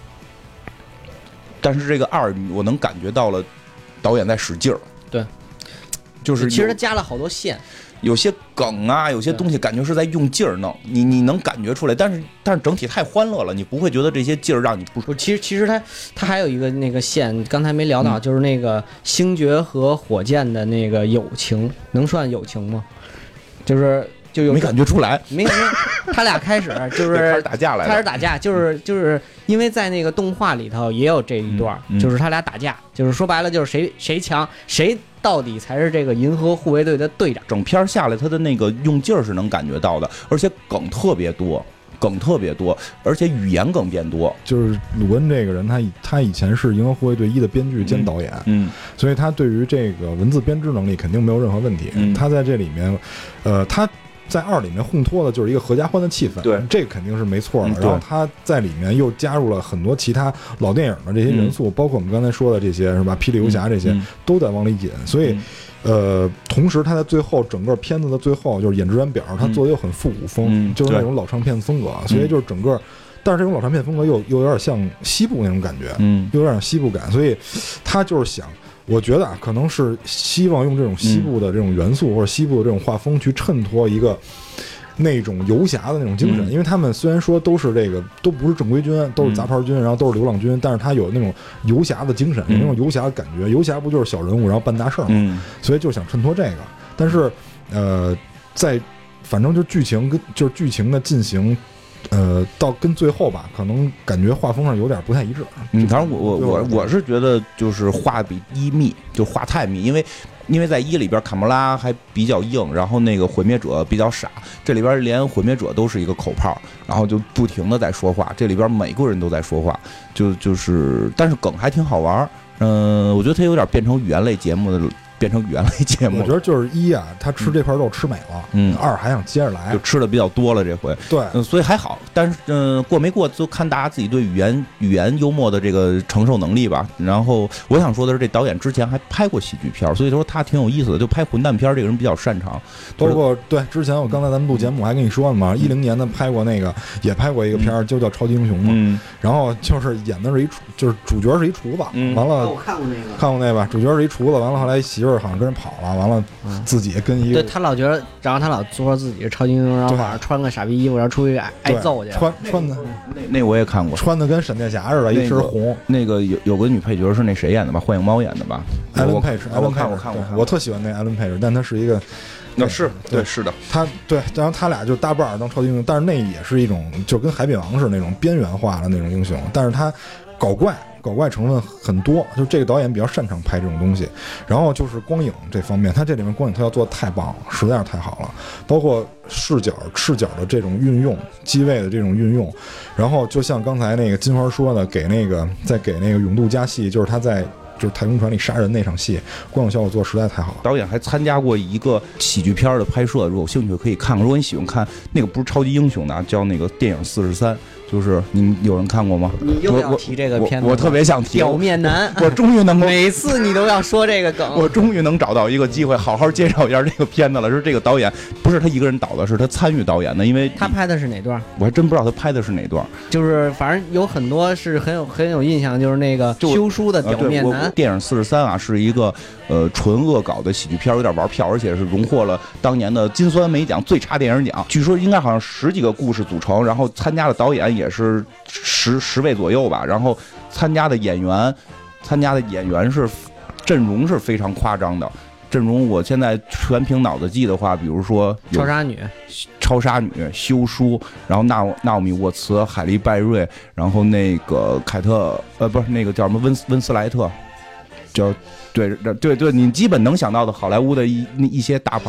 但是这个二，我能感觉到了导演在使劲儿， 对， 就是其实他加了好多线。 有些梗啊，有些东西感觉是在用劲儿弄，你能感觉出来，但是整体太欢乐了，你不会觉得这些劲儿让你不。 其实他还有一个那个线，刚才没聊到，就是那个星爵和火箭的那个友情，能算友情吗？就有没感觉出来， 没感觉，他俩开始就是开始打架来了， 开始打架，就是因为在那个动画里头也有这一段，就是他俩打架，就是说白了就是谁强谁到底才是这个银河护卫队的队长。 整片下来他的那个用劲儿是能感觉到的，而且梗特别多，而且语言梗变多。 就是鲁恩这个人，他以前是银河护卫队1的编剧兼导演，所以他对于这个文字编织能力肯定没有任何问题。他在这里面，他在2里面烘托的就是一个合家欢的气氛， 对， 这个肯定是没错的。然后他在里面又加入了很多其他老电影的这些元素，包括我们刚才说的这些是吧？霹雳游侠这些都在往里引，所以。同时他在最后整个片子的最后就是演职员表，他做的又很复古风，就是那种老唱片的风格，所以就是整个，但是这种老唱片风格又有点像西部那种感觉，又有点西部感，所以他就是想，我觉得啊，可能是希望用这种西部的这种元素或者西部的这种画风去衬托一个。那种游侠的那种精神，因为他们虽然说都是这个都不是正规军，都是杂牌军，然后都是流浪军，但是他有那种游侠的精神，有那种游侠的感觉。游侠不就是小人物然后办大事嘛，所以就想衬托这个。但是在反正就剧情的进行。到跟最后吧，可能感觉画风上有点不太一致。 当然我是觉得就是画比1密，就画太密，因为在1里边卡莫拉还比较硬，然后那个毁灭者比较傻，这里边连毁灭者都是一个口炮，然后就不停的在说话，这里边每个人都在说话，就是但是梗还挺好玩。我觉得它有点变成语言类节目的。变成语言类节目， 我觉得就是1啊，他吃这块肉吃美了，2还想接着来， 就吃的比较多了这回， 对， 所以还好，但是过没过就看大家自己对语言幽默的这个承受能力吧。然后我想说的是，这导演之前还拍过喜剧片，所以说他挺有意思的，就拍混蛋片这个人比较擅长。 包括对之前我刚才咱们录节目还跟你说了嘛，10年的拍过那个也拍过一个片就叫超级英雄嘛，然后就是演的是就是主角是一厨子，完了我看过那个，主角是一厨子，完了后来媳妇好像跟人跑了，完了自己跟一个， 对他老觉得，然后他老说自己是超级英雄，然后晚上穿个傻逼衣服，然后出去挨揍去， 穿的那我也看过， 穿的跟闪电侠似的，一身红。 那个有个女配角是那谁演的吧？幻影猫演的吧？ 艾伦佩什， 我看过， 我特喜欢那艾伦佩什，但他是一个。 是对，是的， 然后他俩就搭伴当超级英雄，但是那也是一种就跟海扁王似的那种边缘化的那种英雄，但是他搞怪成分很多，就这个导演比较擅长拍这种东西。然后就是光影这方面，他这里面光影特效做的太棒了，实在是太好了，包括视角赤角的这种运用，机位的这种运用，然后就像刚才那个金花说的，给那个永渡加戏，就是他在就是太空船里杀人那场戏，光影效果做实在太好了。 导演还参加过一个喜剧片的拍摄，如果有兴趣可以看看。如果你喜欢看那个不是超级英雄的，叫那个电影43，就是你们有人看过吗？ 你又要提这个片子， 我特别想提。 表面男， 我终于能够每次你都要说这个梗， 我终于能找到一个机会好好介绍一下这个片子了。是这个导演不是他一个人导的，是他参与导演的，因为他拍的是哪段？ 我还真不知道他拍的是哪段。 就是反正有很多是很有印象，就是那个修书的表面男。 电影43啊，是一个纯恶搞的喜剧片，有点玩票，而且是荣获了当年的金酸梅奖最差电影奖。据说应该好像10几个故事组成，然后参加的导演也是十位左右吧，然后参加的演员是阵容是非常夸张的。阵容我现在全凭脑子记的话，比如说超杀女休书，然后纳奥米沃茨、海莉拜瑞，然后那个凯特不是那个叫什么温斯莱特，叫对，你基本能想到的好莱坞的一些大牌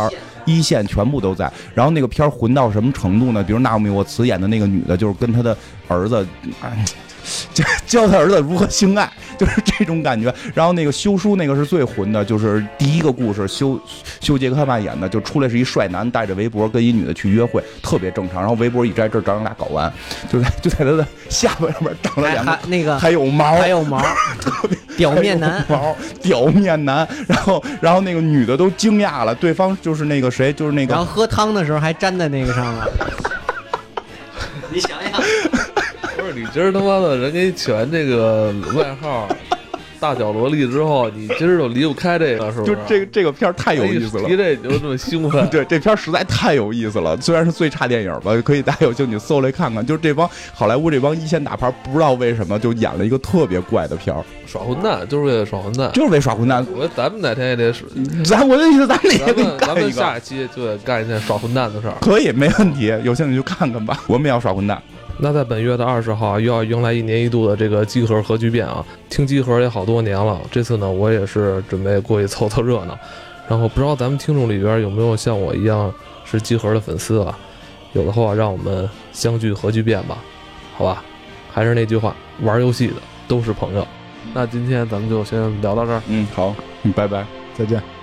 一线全部都在。然后那个片儿混到什么程度呢？比如纳米沃茨演的那个女的，就是跟她的儿子。教他儿子如何性爱，就是这种感觉。然后那个修书那个是最混的，就是第一个故事，修杰克曼演的，就出来是一帅男带着围脖跟一女的去约会，特别正常。然后围脖一摘，这找他俩搞完，就在他的下巴上面长了两个， 那个还有毛， 屌面男， 屌面男。然后那个女的都惊讶了，对方就是那个谁，就是那个， 然后喝汤的时候还粘在那个上面。你想想。 不是你今儿他妈的人给你起完这个外号大脚萝莉之后，你今儿就离不开这个，是不是？ 就这个片太有意思了， 提这你就这么兴奋。 对，这片实在太有意思了，虽然是最差电影吧，可以大家有兴趣搜来看看。就是这帮好莱坞这帮一线大牌，不知道为什么就演了一个特别怪的片儿， 耍混蛋，就是为了耍混蛋， 就是为耍混蛋。 咱们哪天也得我的意思，咱们下一期就得干一件耍混蛋的事儿。 可以，没问题，有兴趣就看看吧。我们也要耍混蛋。 那在本月的20号又要迎来1年1度的这个集合核聚变啊，听集合也好多年了，这次呢我也是准备过去凑凑热闹。然后不知道咱们听众里边有没有像我一样是集合的粉丝啊？有的话让我们相聚核聚变吧，好吧？还是那句话，玩游戏的都是朋友。那今天咱们就先聊到这儿。 好，拜拜， 再见。